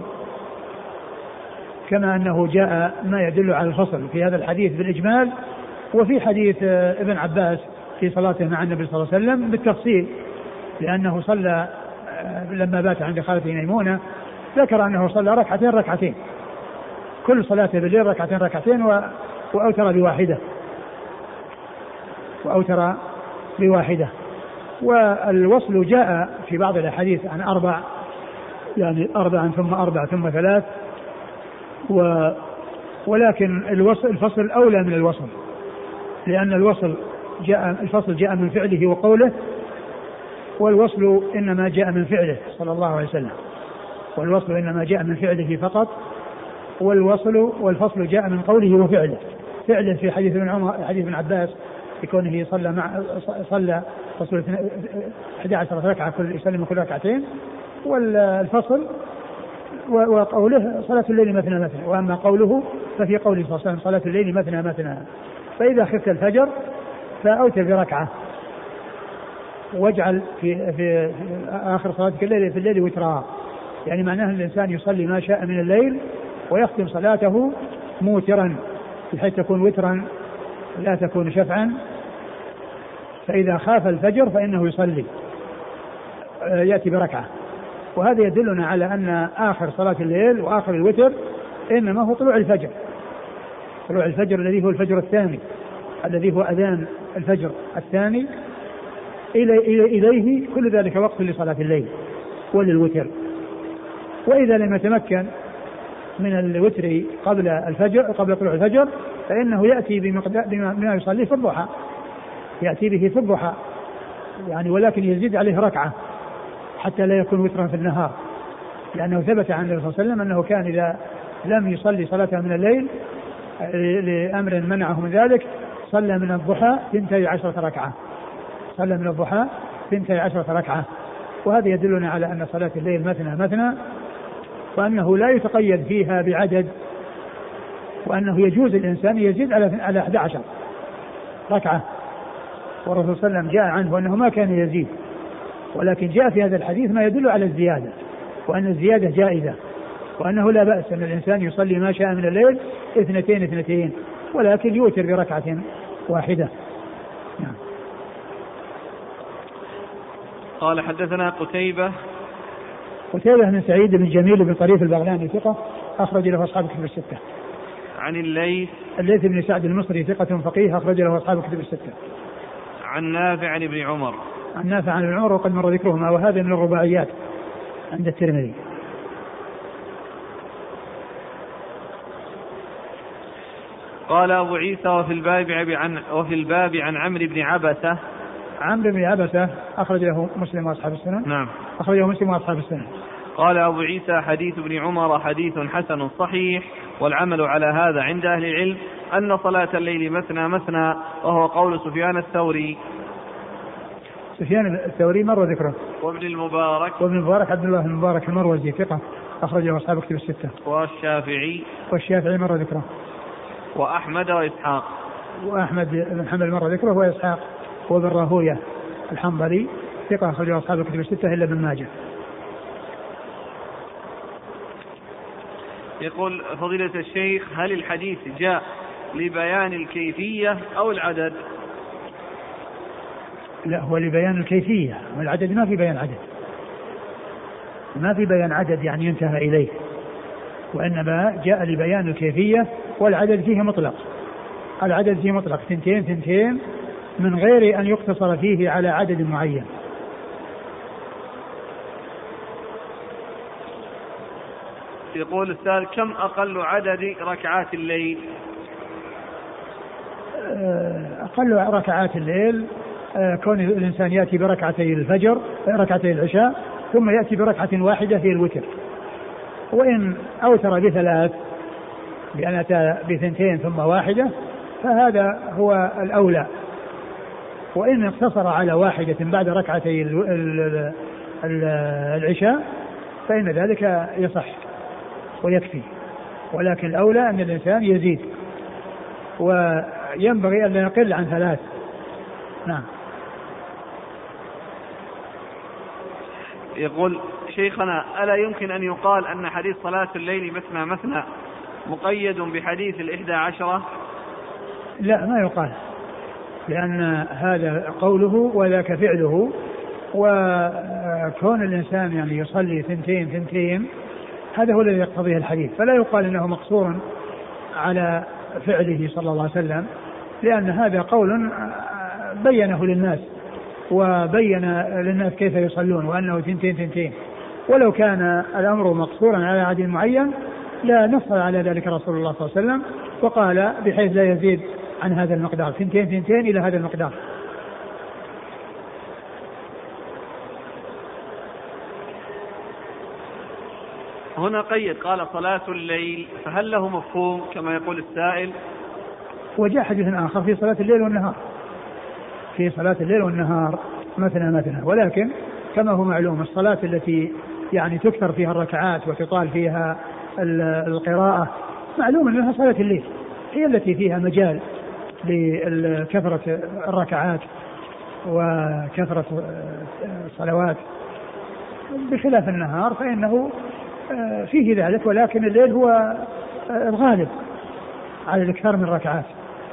كما أنه جاء ما يدل على الفصل في هذا الحديث بالإجمال، وفي حديث ابن عباس في صلاته مع النبي صلى الله عليه وسلم بالتفصيل، لأنه صلى لما بات عند خالته ميمونة ذكر أنه صلى ركعتين ركعتين، كل صلاته بالليل ركعتين ركعتين، وأوتر بواحدة. والوصل جاء في بعض الأحاديث عن 4، يعني 4 ثم 4 ثم 3، ولكن الفصل أولى من الوصل، لأن الفصل جاء من فعله وقوله، والوصل إنما جاء من فعله صلى الله عليه وسلم، والوصل إنما جاء من فعله فقط، والفصل جاء من قوله وفعله. فعله في حديث ابن عمر، حديث ابن عباس، يكونه صلى فصل 11 ركعة كل يسلم كل ركعتين، والفصل وقوله صلاة الليل مثنى مثنى. وأما قوله ففي قوله صلى الله عليه وسلم صلاة الليل مثنى مثنى، فإذا خفت الفجر فأوتر بركعة واجعل في آخر صلاتك الليل في الليل وترا، يعني معناه الإنسان يصلي ما شاء من الليل ويختم صلاته موترا بحيث تكون وترا لا تكون شفعا، فإذا خاف الفجر فإنه يصلي يأتي بركعة. وهذا يدلنا على أن آخر صلاة الليل وآخر الوتر إنما هو طلوع الفجر، طلوع الفجر الذي هو الفجر الثاني، الذي هو أذان الفجر الثاني، إليه كل ذلك وقت لصلاة الليل وللوتر. وإذا لم يتمكن من الوتر قبل الفجر، قبل طلوع الفجر، فإنه يأتي بما يصلي في الضحى، يأتي به في الضحى يعني، ولكن يزيد عليه ركعة حتى لا يكون وترا في النهار، لأنه ثبت عن النبي صلى الله عليه وسلم أنه كان إذا لم يصلي صلاة من الليل لأمر منعه من ذلك صلى من الضحى 12 ركعة، صلى من الضحى 12 ركعة. وهذا يدلنا على أن صلاة الليل مثنى مثنى، وأنه لا يتقيد فيها بعدد، وأنه يجوز الإنسان يزيد على 11 ركعة. والرسول صلى الله عليه وسلم جاء عنه أنه ما كان يزيد، ولكن جاء في هذا الحديث ما يدل على الزيادة، وأن الزيادة جائزة، وأنه لا بأس أن الإنسان يصلي ما شاء من الليل 2 ولكن يوتر بركعة واحدة. نعم. قال حدثنا قتيبة بن سعيد بن جميل بن طريف البغلاني ثقة أخرج له أصحاب كتب الستة. عن الليث بن سعد المصري ثقة فقيه أخرج له أصحاب كتب الستة. عن نافع عن ابن عمر. عن نافع عن ابن عمر وقد مر ذكرهما، وهذا من الرباعيات عند الترمذي. قال أبو عيسى وفي الباب عن عمرو بن عبسة. عمرو بن عبسة أخرجه مسلم وأصحاب السنن. نعم. أخرجه مسلم وأصحاب السنن. قال أبو عيسى حديث ابن عمر حديث حسن صحيح، والعمل على هذا عند أهل العلم أن صلاة الليل مثنى مثنى، وهو قول سفيان الثوري. سفيان الثوري مر ذكره. وابن المبارك عبد الله المبارك المروزي ثقة أخرجه أصحاب كتب الستة. والشافعي مر ذكره. وأحمد وإسحاق. وأحمد بن حنبل مر ذكره، وإسحاق وابن راهوية الحنظلي ثقة أخرجه أصحاب الكتب الستة إلا ابن ماجه. يقول فضيلة الشيخ: هل الحديث جاء لبيان الكيفية أو العدد؟ لا، هو لبيان الكيفية، والعدد ما في بيان عدد يعني ينتهى إليه، وإنما جاء لبيان الكيفية، والعدد فيه مطلق. العدد فيه مطلق 2 من غير أن يقتصر فيه على عدد معين. يقول السائل: كم أقل عدد ركعات الليل؟ أقل ركعات الليل كون الإنسان يأتي بركعتي الفجر، ركعتي العشاء، ثم يأتي بركعة واحدة في الوتر، وإن أوتر ب3 بأن أتى ب2 ثم واحدة فهذا هو الأولى، وإن اقتصر على واحدة بعد ركعتي العشاء فإن ذلك يصح ويكفي، ولكن الأولى أن الإنسان يزيد، وينبغي أن لا يقل عن 3. نعم. يقول شيخنا: ألا يمكن أن يقال أن حديث صلاة الليل مثنى مثنى مقيد بحديث 11؟ لا، ما يقال، لأن هذا قوله وذاك فعله، وكون الإنسان يعني يصلي 2 هذا هو الذي يقتضيه الحديث، فلا يقال إنه مقصور على فعله صلى الله عليه وسلم، لأن هذا قول بينه للناس وبين للناس كيف يصلون، وأنه 2. ولو كان الأمر مقصورا على عدد معين لا نص على ذلك رسول الله صلى الله عليه وسلم، وقال بحيث لا يزيد عن هذا المقدار، 2 إلى هذا المقدار. هنا قيد قال صلاة الليل، فهل له مفهوم كما يقول السائل؟ وجاء حديث آخر في صلاة الليل والنهار مثنى، ولكن كما هو معلوم الصلاة التي يعني تكثر فيها الركعات وتطال فيها القراءة معلوم أنها صلاة الليل، هي التي فيها مجال لكثرة الركعات وكثرة الصلوات، بخلاف النهار فإنه فيه ذلك، ولكن الليل هو الغالب على الأكثر من الركعات.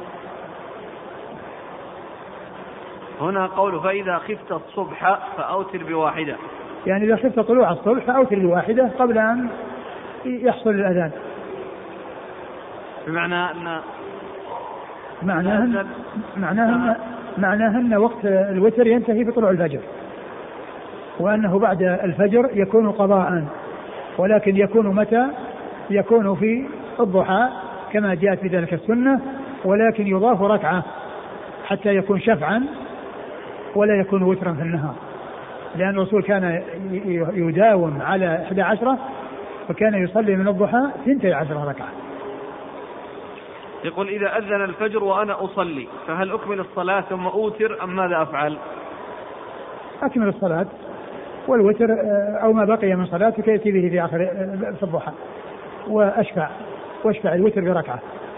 هنا قول: فإذا خفت الصبح فأوتر ب1، يعني إذا خفت طلوع الصبح فأوتر ب1 قبل أن يحصل الأذان، بمعنى أن معناه أن وقت الوتر ينتهي بطلوع الفجر، وأنه بعد الفجر يكون قضاء، ولكن يكون متى؟ يكون في الضحى كما جاءت بذلك السنة، ولكن يضاف ركعة حتى يكون شفعا ولا يكون وترا في النهار، لأن الرسول كان يداوم على 11 وكان يصلي من الضحى 12 ركعة. يقول: إذا أذن الفجر وأنا أصلي فهل أكمل الصلاة ثم أوتر أم ماذا أفعل؟ أكمل الصلاة والوتر أو ما بقي من صلاتك يأتي به في آخر في الضحى، واشفع الوتر بركعة.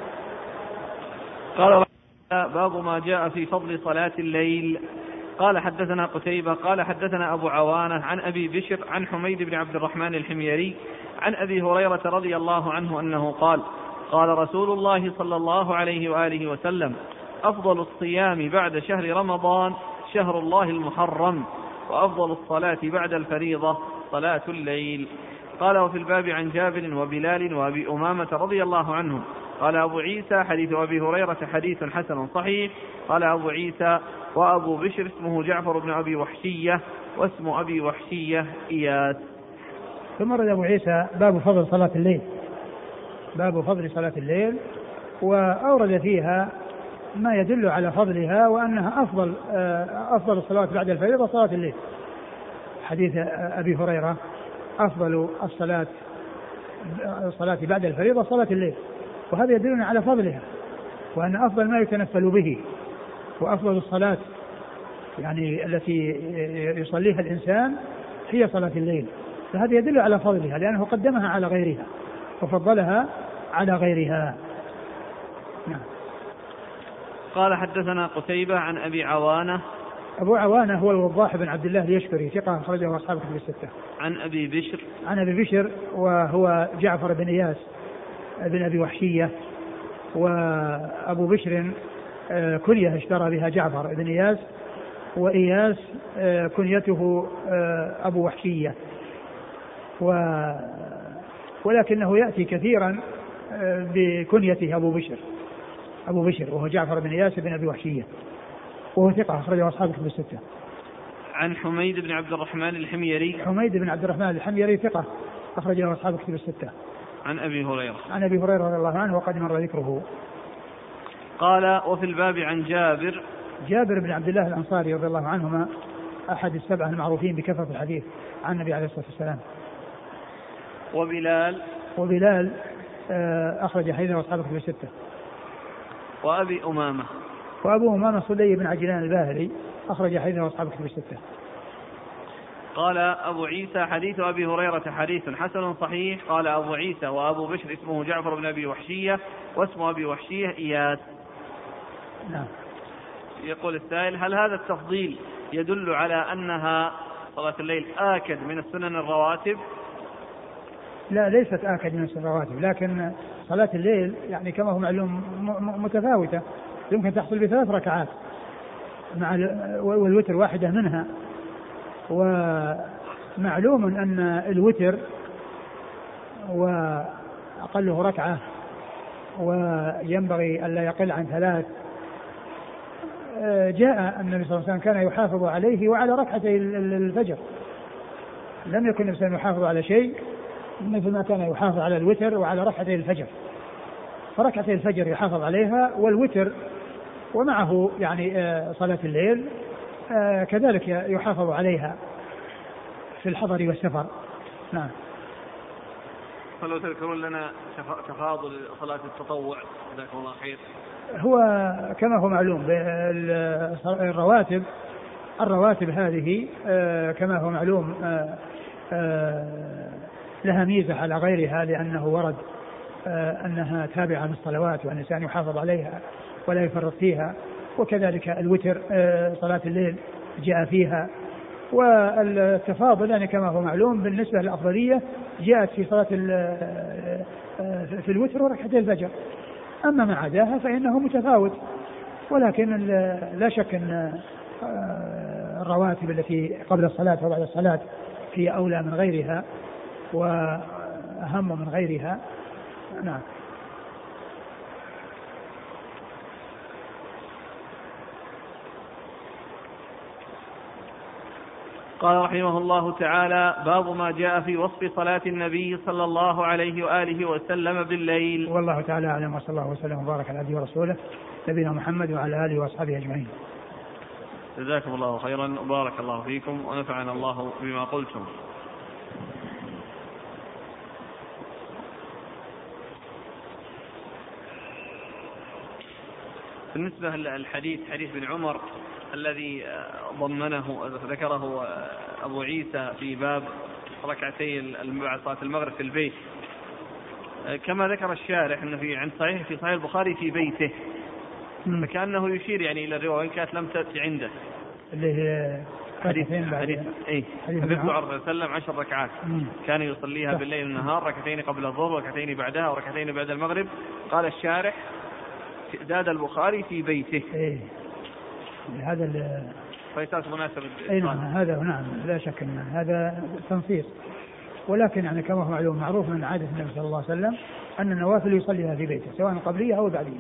قال: باب ما جاء في فضل صلاة الليل. قال: حدثنا قتيبة قال حدثنا أبو عوانة عن أبي بشر عن حميد بن عبد الرحمن الحميري عن أبي هريرة رضي الله عنه أنه قال: قال رسول الله صلى الله عليه وآله وسلم: أفضل الصيام بعد شهر رمضان شهر الله المحرم، وأفضل الصلاة بعد الفريضة صلاة الليل. قال: وفي الباب عن جابر وبلال وأبي أمامة رضي الله عنهم. قال أبو عيسى: حديث أبي هريرة حديث حسن صحيح. قال أبو عيسى: وأبو بشر اسمه جعفر بن أبي وحشية، واسم أبي وحشية إياس. ثم رد أبو عيسى: باب فضل صلاة الليل. باب فضل صلاة الليل، وأورد فيها ما يدل على فضلها وأنها أفضل الصلوات بعد الفريضة صلاة الليل. حديث أبي هريرة أفضل الصلاة بعد الفريضة صلاة الليل، وهذا يدلنا على فضلها وأن أفضل ما يتنفل به وأفضل الصلاة يعني التي يصليها الإنسان هي صلاة الليل، فهذا يدل على فضلها لأنه قدمها على غيرها وفضلها على غيرها. نعم. قال حدثنا قتيبة عن أبي عوانة. أبو عوانة هو الوضاح بن عبد الله اليشكري ثقة أخرجه أصحاب الكتب الستة. عن أبي بشر. عن أبي بشر وهو جعفر بن إياس بن أبي وحشية، وأبو بشر كنية اشترى بها جعفر بن إياس، وإياس كنيته أبو وحشية، ولكنه يأتي كثيرا بكنيته أبو بشر وهو جعفر بن إياس بن أبي وحشية، وهو ثقة أخرجه أصحاب الكتب الستة. عن حميد بن عبد الرحمن الحميري. حميد بن عبد الرحمن الحميري ثقة أخرجه أصحاب الكتب الستة. عن أبي هريرة. عن أبي هريرة رضي الله عنه وقد مر ذكره. قال وفي الباب عن جابر بن عبد الله الأنصاري رضي الله عنهما أحد السبعة المعروفين بكثرة الحديث عن النبي عليه الصلاة والسلام. وبلال أخرج حديثه أصحاب الكتب الستة. وأبو أمامة صدي بن عجلان الباهلي أخرج حديثه أصحاب الكتب الستة. قال أبو عيسى حديث أبي هريرة حديث حسن صحيح. قال أبو عيسى وأبو بشر اسمه جعفر بن أبي وحشية واسم أبي وحشية إياس. نعم. يقول السائل هل هذا التفضيل يدل على أنها صلاة الليل آكد من السنن الرواتب؟ لا، ليست آكد من السنن الرواتب، لكن صلاة الليل يعني كما هو معلوم متفاوتة، يمكن تحصل ب3 ركعات والوتر واحدة منها. ومعلوم أن الوتر وأقله ركعة وينبغي ألا يقل عن 3. جاء النبي صلى الله عليه وسلم كان يحافظ عليه وعلى ركعتي الفجر، لم يكن النبي صلى الله عليه وسلم يحافظ على شيء مثل ما كان يحافظ على الوتر وعلى ركعتي الفجر، فركعتي الفجر يحافظ عليها والوتر ومعه يعني صلاة الليل كذلك يحافظ عليها في الحضر والسفر. نعم. فلو تذكرون لنا تفاضل صلاة التطوع جزاكم الله خير. هو كما هو معلوم الرواتب هذه كما هو معلوم لها ميزة على غيرها، لأنه ورد أنها تابعة للصلوات والإنسان يحافظ عليها ولا يفرط فيها، وكذلك الوتر صلاة الليل جاء فيها. والتفاضل يعني كما هو معلوم بالنسبة للأفضلية جاءت في صلاة في الوتر وركعتي الفجر، أما ما عداها فإنه متفاوت. ولكن لا شك أن الرواتب التي قبل الصلاة وبعد الصلاة هي أولى من غيرها وأهم من غيرها. نعم. قال رحمه الله تعالى باب ما جاء في وصف صلاة النبي صلى الله عليه وآله وسلم بالليل. والله تعالى أعلم، وصلى الله وسلم وبارك على عبده ورسوله نبينا محمد وعلى آله وأصحابه أجمعين. جزاكم الله خيرا وبارك الله فيكم ونفعنا الله بما قلتم. بالنسبة للحديث حديث بن عمر الذي ذكره أبو عيسى في باب ركعتي بعد صلاة المغرب في البيت، كما ذكر الشارح أنه في صحيح البخاري في بيته، فكأنه يشير يعني إلى الرواية إن كانت لم تأتي عنده اللي هي حديث النبي صلى الله عليه وسلم 10 ركعات كان يصليها بالليل والنهار، ركعتين قبل الظهر وركعتين بعدها وركعتين بعد المغرب. قال الشارح زاد البخاري في بيته. هذا فيساس مناسب. هذا نعم لا شك أن هذا تنصيص، ولكن يعني كما هو معلوم معروف من عادة النبي صلى الله عليه وسلم أن النوافل يصليها في بيته سواء قبلية أو بعدية.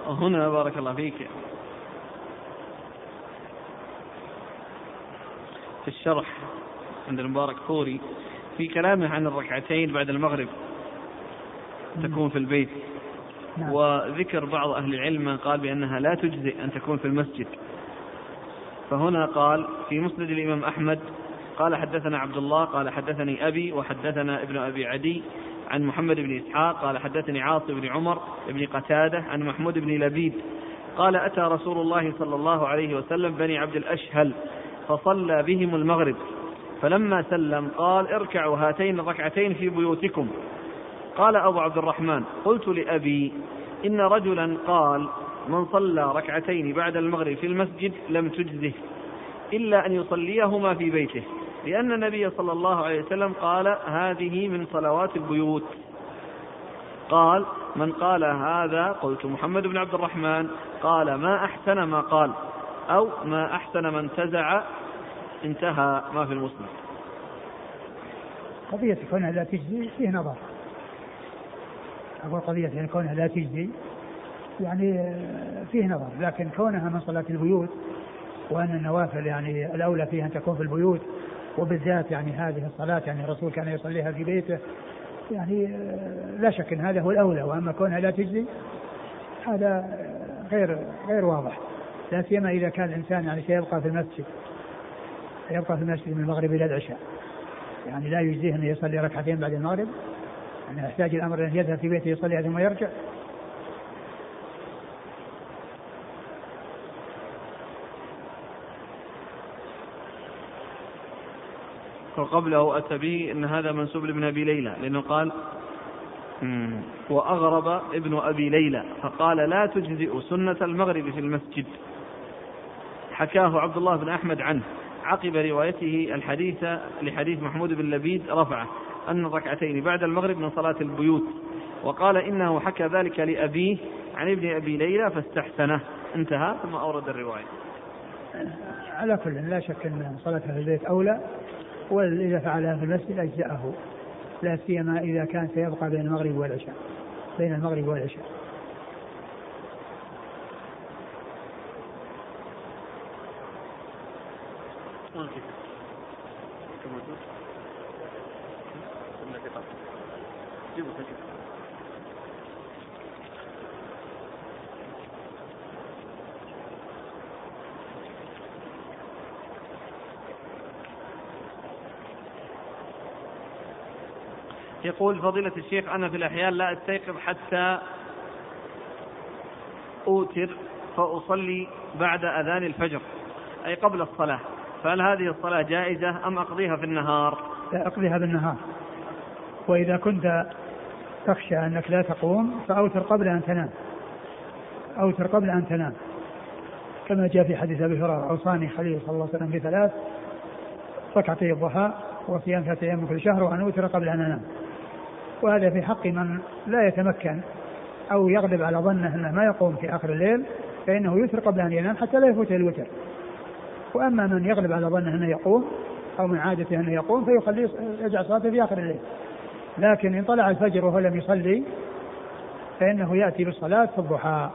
هنا بارك الله فيك في الشرح عند المبارك فوري في كلامه عن الركعتين بعد المغرب تكون في البيت، وذكر بعض أهل العلم قال بأنها لا تجزئ أن تكون في المسجد. فهنا قال في مسند الإمام أحمد قال حدثنا عبد الله قال حدثني أبي وحدثنا ابن أبي عدي عن محمد بن إسحاق قال حدثني عاصم بن عمر بن قتادة عن محمود بن لبيد قال أتى رسول الله صلى الله عليه وسلم بني عبد الأشهل فصلى بهم المغرب، فلما سلم قال اركعوا هاتين الركعتين في بيوتكم. قال أبو عبد الرحمن قلت لأبي إن رجلا قال من صلى ركعتين بعد المغرب في المسجد لم تجزه إلا أن يصليهما في بيته، لأن النبي صلى الله عليه وسلم قال هذه من صلوات البيوت. قال من قال هذا قلت محمد بن عبد الرحمن قال ما أحسن ما قال، أو ما أحسن من انتزع انتهى ما في المسند. قضية كونها لا تجزي فيه نظر، أقول قضية يعني كونها لا تجزي يعني فيه نظر، لكن كونها من صلاة البيوت وأن النوافل يعني الأولى فيها أن تكون في البيوت، وبالذات يعني هذه الصلاة يعني الرسول كان يصليها في بيته، يعني لا شك أن هذا هو الأولى. وأما كونها لا تجزي هذا غير واضح، لا سيما إذا كان الإنسان يعني سيبقى في المسجد من المغرب إلى العشاء، يعني لا يجزيه أن يصلي ركعتين بعد المغرب، يعني يحتاج الأمر أن يذهب في بيته يصلي ثم يرجع. وقبله أتى به أن هذا منسوب لابن أبي ليلى، لأنه قال وأغرب ابن أبي ليلى فقال لا تجزئ سنة المغرب في المسجد. حكاه عبد الله بن أحمد عنه عقب روايته الحديث لحديث محمود بن لبيد رفعه أن الركعتين بعد المغرب من صلاة البيوت، وقال إنه حكى ذلك لأبيه عن ابن أبي ليلى فاستحسنه، انتهى، ثم أورد الرواية. على كل لا شك أن صلاتها في البيت أولى، وإذا فعلها في المسجد أجزأه، لا سيما إذا كان سيبقى بين المغرب والعشاء. يقول فضيلة الشيخ أنا في الأحيان لا أستيقظ حتى أوتر فأصلي بعد أذان الفجر أي قبل الصلاة، فهل هذه الصلاة جائزة أم أقضيها في النهار؟ لا، أقضيها بالنهار، وإذا كنت تخشى أنك لا تقوم فأوتر قبل أن تنام، كما جاء في حديث أبي هريرة أوصاني خليل صلى الله عليه وسلم ب3 ركعتي الضحى وصيام 3 أيام كل شهر وأن أوتر قبل أن أنام. وهذا في حق من لا يتمكن أو يغلب على ظنه أنه ما يقوم في آخر الليل فإنه يوتر قبل أن ينام حتى لا يفوت الوتر. وأما من يغلب على ظنه أنه يقوم أو من عادته أنه يقوم فيخليه يجعل صلاته في آخر الليل، لكن إن طلع الفجر وهو لم يصلي فإنه يأتي بالصلاة في الضحى.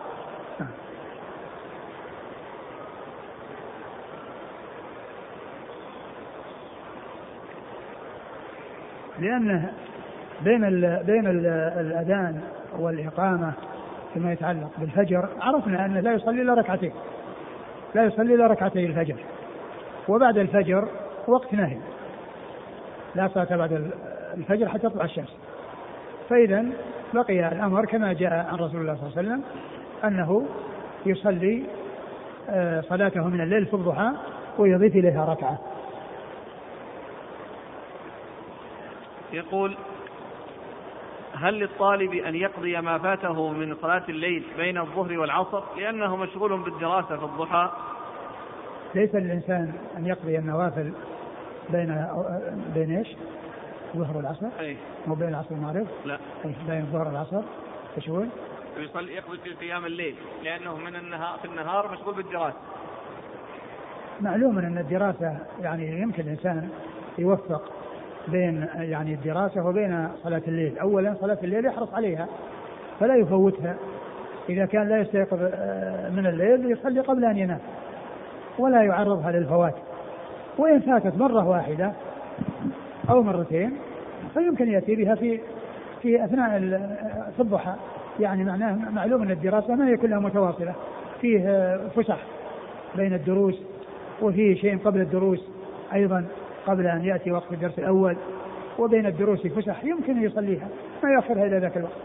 لأنه بين الأذان والإقامة فيما يتعلق بالفجر عرفنا أنه لا يصلي إلا ركعتي الفجر، وبعد الفجر وقت نهي، لا صلاة بعد الفجر حتى تطلع الشمس. فإذا بقي الأمر كما جاء عن رسول الله صلى الله عليه وسلم أنه يصلي صلاته من الليل في الضحى ويضيف إليها ركعة. يقول هل للطالب أن يقضي ما فاته من صلاة الليل بين الظهر والعصر لأنه مشغول بالدراسة في الضحى؟ ليس للإنسان أن يقضي النوافل بين إيش؟ الظهر والعصر؟ مو بين العصر والمغرب؟ لا، بين الظهر والعصر. تشوون؟ يقضي في قيام الليل لأنه في النهار مشغول بالدراسة. معلوم أن الدراسة يعني يمكن الإنسان يوفق بين يعني الدراسة وبين صلاة الليل. أولا صلاة الليل يحرص عليها فلا يفوتها، إذا كان لا يستيقظ من الليل يصلي قبل أن ينام ولا يعرضها للفوات. وإن فاتت مرة واحدة أو مرتين فيمكن يأتي بها في أثناء الضحى. يعني معناه معلوم أن الدراسة ما هي كلها متواصلة، فيه فسح بين الدروس وفيه شيء قبل الدروس أيضا قبل أن يأتي وقت الدرس الأول، وبين الدروس فسح يمكن أن يصليها ما يأخرها إلى ذاك الوقت.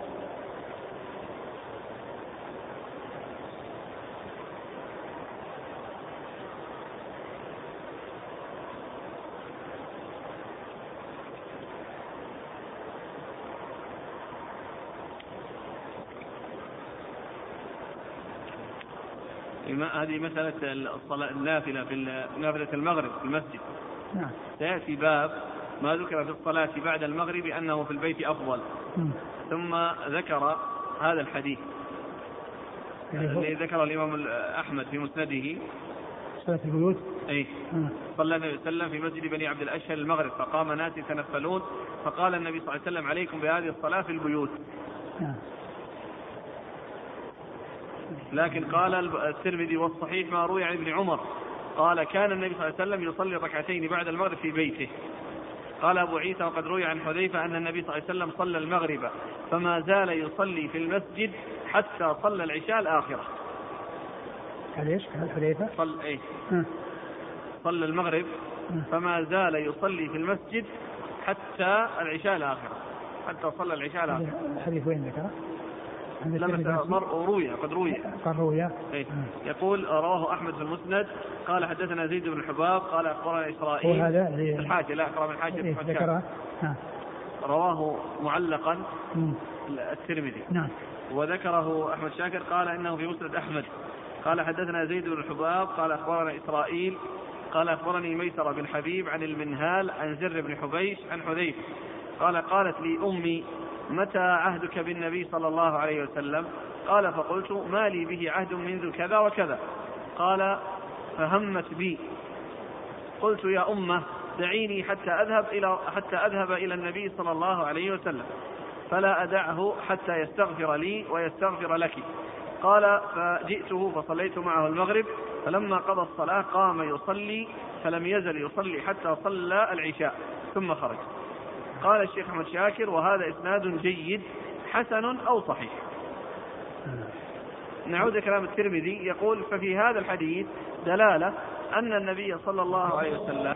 هذه مسألة الصلاة النافلة في نافلة المغرب في المسجد. نعم. سيأتي باب ما ذكر في الصلاة بعد المغرب أنه في البيت أفضل. ثم ذكر هذا الحديث الذي ذكر الإمام أحمد في مسنده صلاة البيوت. أي صلى النبي صلى الله عليه وسلم في مسجد بني عبد الأشهل المغرب فقام ناس يتنفلون فقال النبي صلى الله عليه وسلم عليكم بهذه الصلاة في البيوت. لكن قال الترمذي والصحيح ما روي عن ابن عمر قال كان النبي صلى الله عليه وسلم يصلي ركعتين بعد المغرب في بيته. قال أبو عيسى وقد روي عن حذيفة أن النبي صلى الله عليه وسلم صلى المغرب فما زال يصلي في المسجد حتى صلى العشاء الآخرة. ليش قال حذيفة؟ صلى المغرب فما زال يصلي في المسجد حتى العشاء الآخرة، حتى صلى العشاء الآخرة. الحديث وين ذكره؟ قد روي. يقول رواه أحمد في المسند قال حدثنا زيد بن حباب قال أخبرنا إسرائيل. وهذا الحاجة لا أقرأ من الحاجة ذكره. رواه معلقا الترمذي. نعم. وذكره أحمد شاكر قال إنه في مسند أحمد قال حدثنا زيد بن حباب قال أخبرنا إسرائيل قال أخبرني ميسرة بن حبيب عن المنهال عن زر بن حبيش عن حذيفة قال قالت لي أمي متى عهدك بالنبي صلى الله عليه وسلم؟ قال فقلت ما لي به عهد منذ كذا وكذا. قال فهمت بي قلت يا أمه دعيني حتى أذهب إلى النبي صلى الله عليه وسلم فلا أدعه حتى يستغفر لي ويستغفر لك. قال فجئته فصليت معه المغرب فلما قضى الصلاة قام يصلي فلم يزل يصلي حتى صلى العشاء ثم خرج. قال الشيخ أحمد شاكر وهذا إسناد جيد حسن أو صحيح. نعود كلام الترمذي يقول ففي هذا الحديث دلالة أن النبي صلى الله عليه وسلم.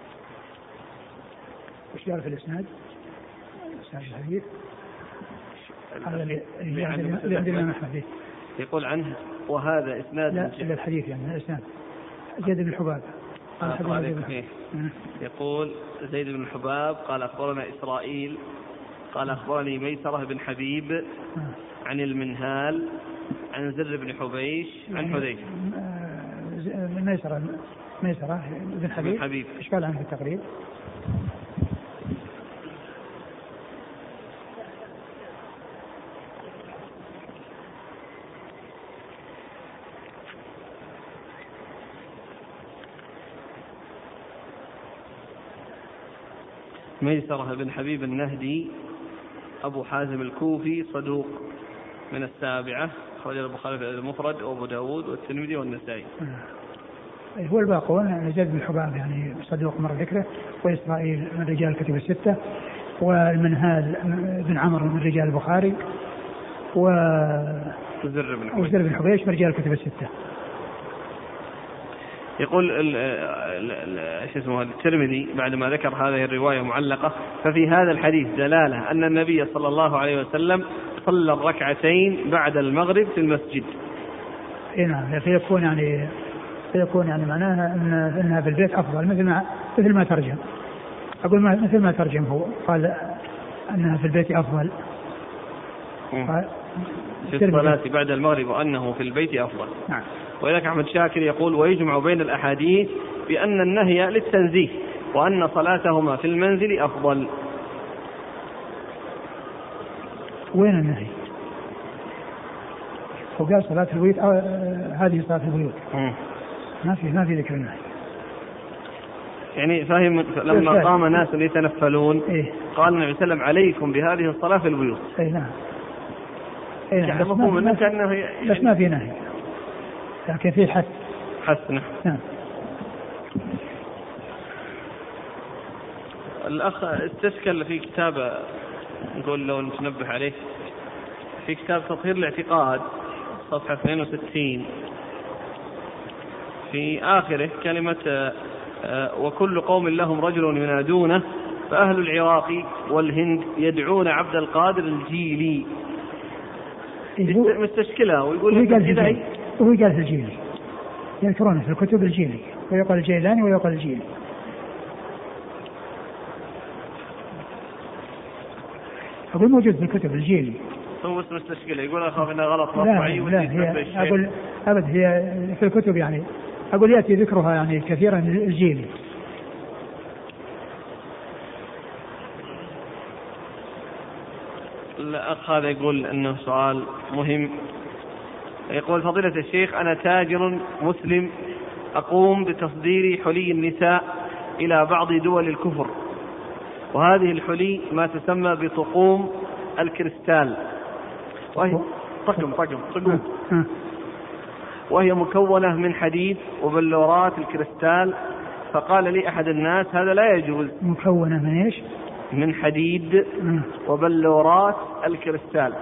وش جاء في الإسناد؟ إسناد الحديث هذا اللي عندنا أحمد يقول عنه وهذا إسناد لا الحديث يعني الإسناد زيد بن حباب. يقول زيد بن حباب قال أخبرنا إسرائيل قال أخبرني ميسرة بن حبيب عن المنهال عن زر بن حبيش عن حذيفة. ميسرة بن حبيب إيش قال عنه في التقريب؟ ميسرة بن حبيب النهدي أبو حازم الكوفي صدوق من السابعة أخرج البخاري في المفرد وأبو داود والترمذي والنسائي. هو الباقون زيد بن حباب يعني صدوق مر ذكره وإسرائيل من رجال الكتب الستة والمنهال بن عمرو من رجال البخاري وزر بن حبيش من رجال الكتب الستة. يقول الترمذي بعدما ذكر هذه الرواية معلقة ففي هذا الحديث دلالة أن النبي صلى الله عليه وسلم صلى الركعتين بعد المغرب في المسجد. نعم فيكون يعني معناها أنها في البيت أفضل مثل ما ترجم. أقول مثل ما ترجم هو قال أنها في البيت أفضل في الصلاة بعد المغرب وأنه في البيت أفضل. نعم. ولذلك أحمد شاكر يقول ويجمع بين الأحاديث بأن النهي للتنزيه وأن صلاتهما في المنزل أفضل. وين النهي؟ وقال صلاة البيوت هذه صلاة البيوت ما في ذكر النهي. يعني فاهم لما قام ناس يتنفلون قال النبي صلى الله عليه وسلم عليكم بهذه الصلاة في البيوت. نعم. يعني مفهوم أنه كأنه يعني بس ما في نهي، لكن في حث. حسنا. نعم. الأخ استشكل في كتاب، نقول لو نتنبه عليه، في كتاب تطهير الاعتقاد صفحة 62 في آخره كلمة وكل قوم لهم رجل ينادونه، فأهل العراق والهند يدعون عبد القادر الجيلي. مستشكلة ويقول وهو قال في الجيلي، يذكرونه في الكتب الجيلي، ويقال الجيلاني ويقال الجيلي. أقول موجود في الكتب الجيلي. هو اسم مستشكلة، يقول أخاف إنها غلط مطبعي. لا هي أقول أبد هي في الكتب، يعني أقول يأتي ذكرها يعني كثيرا الجيلي. الأخ هذا يقول أنه سؤال مهم، يقول فضيلة الشيخ أنا تاجر مسلم أقوم بتصدير حلي النساء إلى بعض دول الكفر، وهذه الحلي ما تسمى بطقوم الكريستال، وهي وهي مكونة من حديد وبلورات الكريستال. فقال لي أحد الناس هذا لا يجوز. مكونة من إيش؟ من حديد وبلورات الكريستال.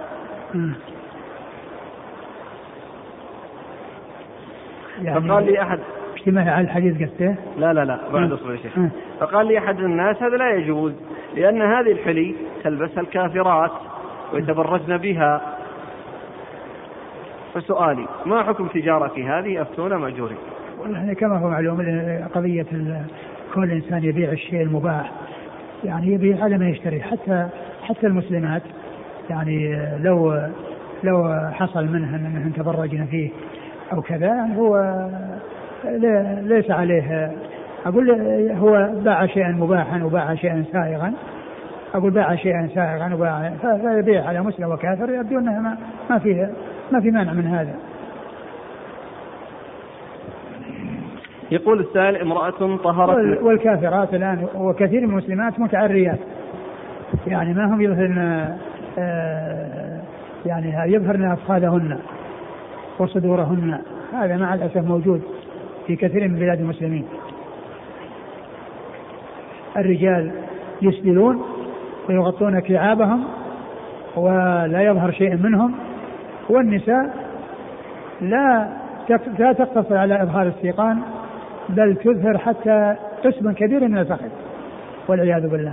يعني فقال لي أحد اجتماع على الحديث قلته؟ لا بعد أصبر يا شيخ. فقال لي أحد الناس هذا لا يجوز، لأن هذه الحلي تلبسها الكافرات ويتبرجن بها. فسؤالي ما حكم تجارتي هذه؟ أفتونا مأجورين. والله كما هو معلوم قضية كل إنسان يبيع الشيء المباح، يعني يبيع على ما يشتري، حتى المسلمات، يعني لو حصل منها أنهن تبرجن فيه أو كذا، يعني هو ليس عليه. أقول هو باع شيئا مباحا وباع شيئا سائغا، أقول باع شيئا سائغا وباع، فيبيع على مسلم وكافر، يبدو أنها ما في مانع من هذا. يقول السائل امرأة طهرت، والكافرات الآن وكثير من المسلمات متعريات، يعني ما هم يظهرن يعني يظهرن أفخاذهن وصدورهن، هذا مع الأسف موجود في كثير من بلاد المسلمين. الرجال يسدلون ويغطون كعابهم ولا يظهر شيء منهم، والنساء لا تقتصر على إظهار السيقان، بل تظهر حتى قسم كبير من الفخذ والعياذ بالله.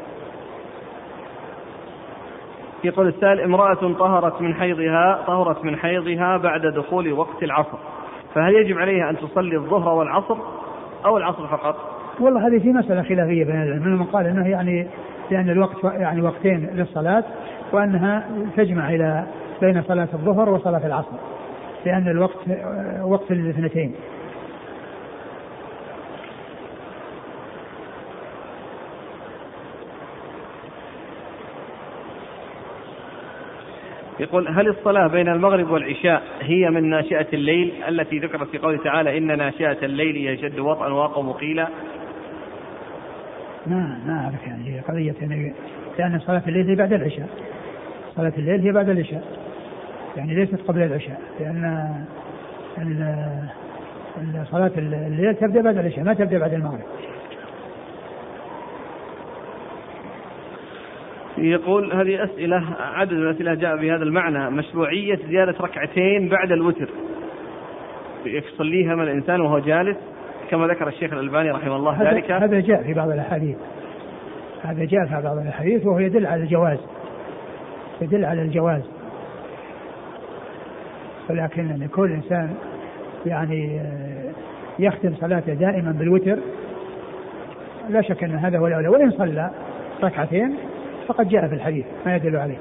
يقول السائل امرأة طهرت من حيضها بعد دخول وقت العصر، فهل يجب عليها أن تصلي الظهر والعصر أو العصر فقط؟ والله هذه في مسألة خلافية بين العلماء، من قال أنه يعني لأن الوقت يعني وقتين للصلاة، وأنها تجمع إلى بين صلاة الظهر وصلاة العصر، لأن الوقت وقت الاثنتين. يقول هل الصلاة بين المغرب والعشاء هي من ناشئة الليل التي ذكرت في قوله تعالى إن ناشئة الليل هي أشد وطئا وأقوم قيلا؟ ما أعرف، يعني هي قضية لأن صلاة الليل هي بعد العشاء، صلاة الليل هي بعد العشاء، يعني ليست قبل العشاء، لأن صلاة الليل تبدأ بعد العشاء ما تبدأ بعد المغرب. يقول هذه أسئلة، عدد من الأسئلة جاء بهذا المعنى، مشروعية زيادة ركعتين بعد الوتر يصليها من الإنسان وهو جالس كما ذكر الشيخ الألباني رحمه الله ذلك. هذا جاء في بعض الأحاديث، وهو يدل على الجواز، ولكن كل إنسان يعني يختم صلاته دائما بالوتر، لا شك أن هذا هو الأولى، وإن صلى ركعتين فقد جاء في الحديث ما يدل عليه.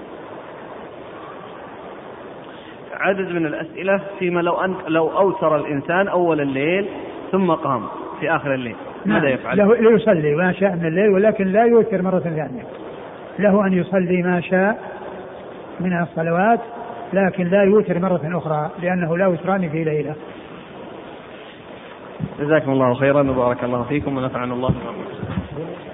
عدد من الأسئلة فيما لو أوتر الإنسان أول الليل ثم قام في آخر الليل ماذا يفعل؟ له يصلي ما شاء من الليل، ولكن لا يوتر مرة ثانية، له أن يصلي ما شاء من الصلوات، لكن لا يوتر مرة أخرى، لأنه لا وتران في ليلة. جزاكم الله خيرا وبارك الله فيكم ونفعنا الله بما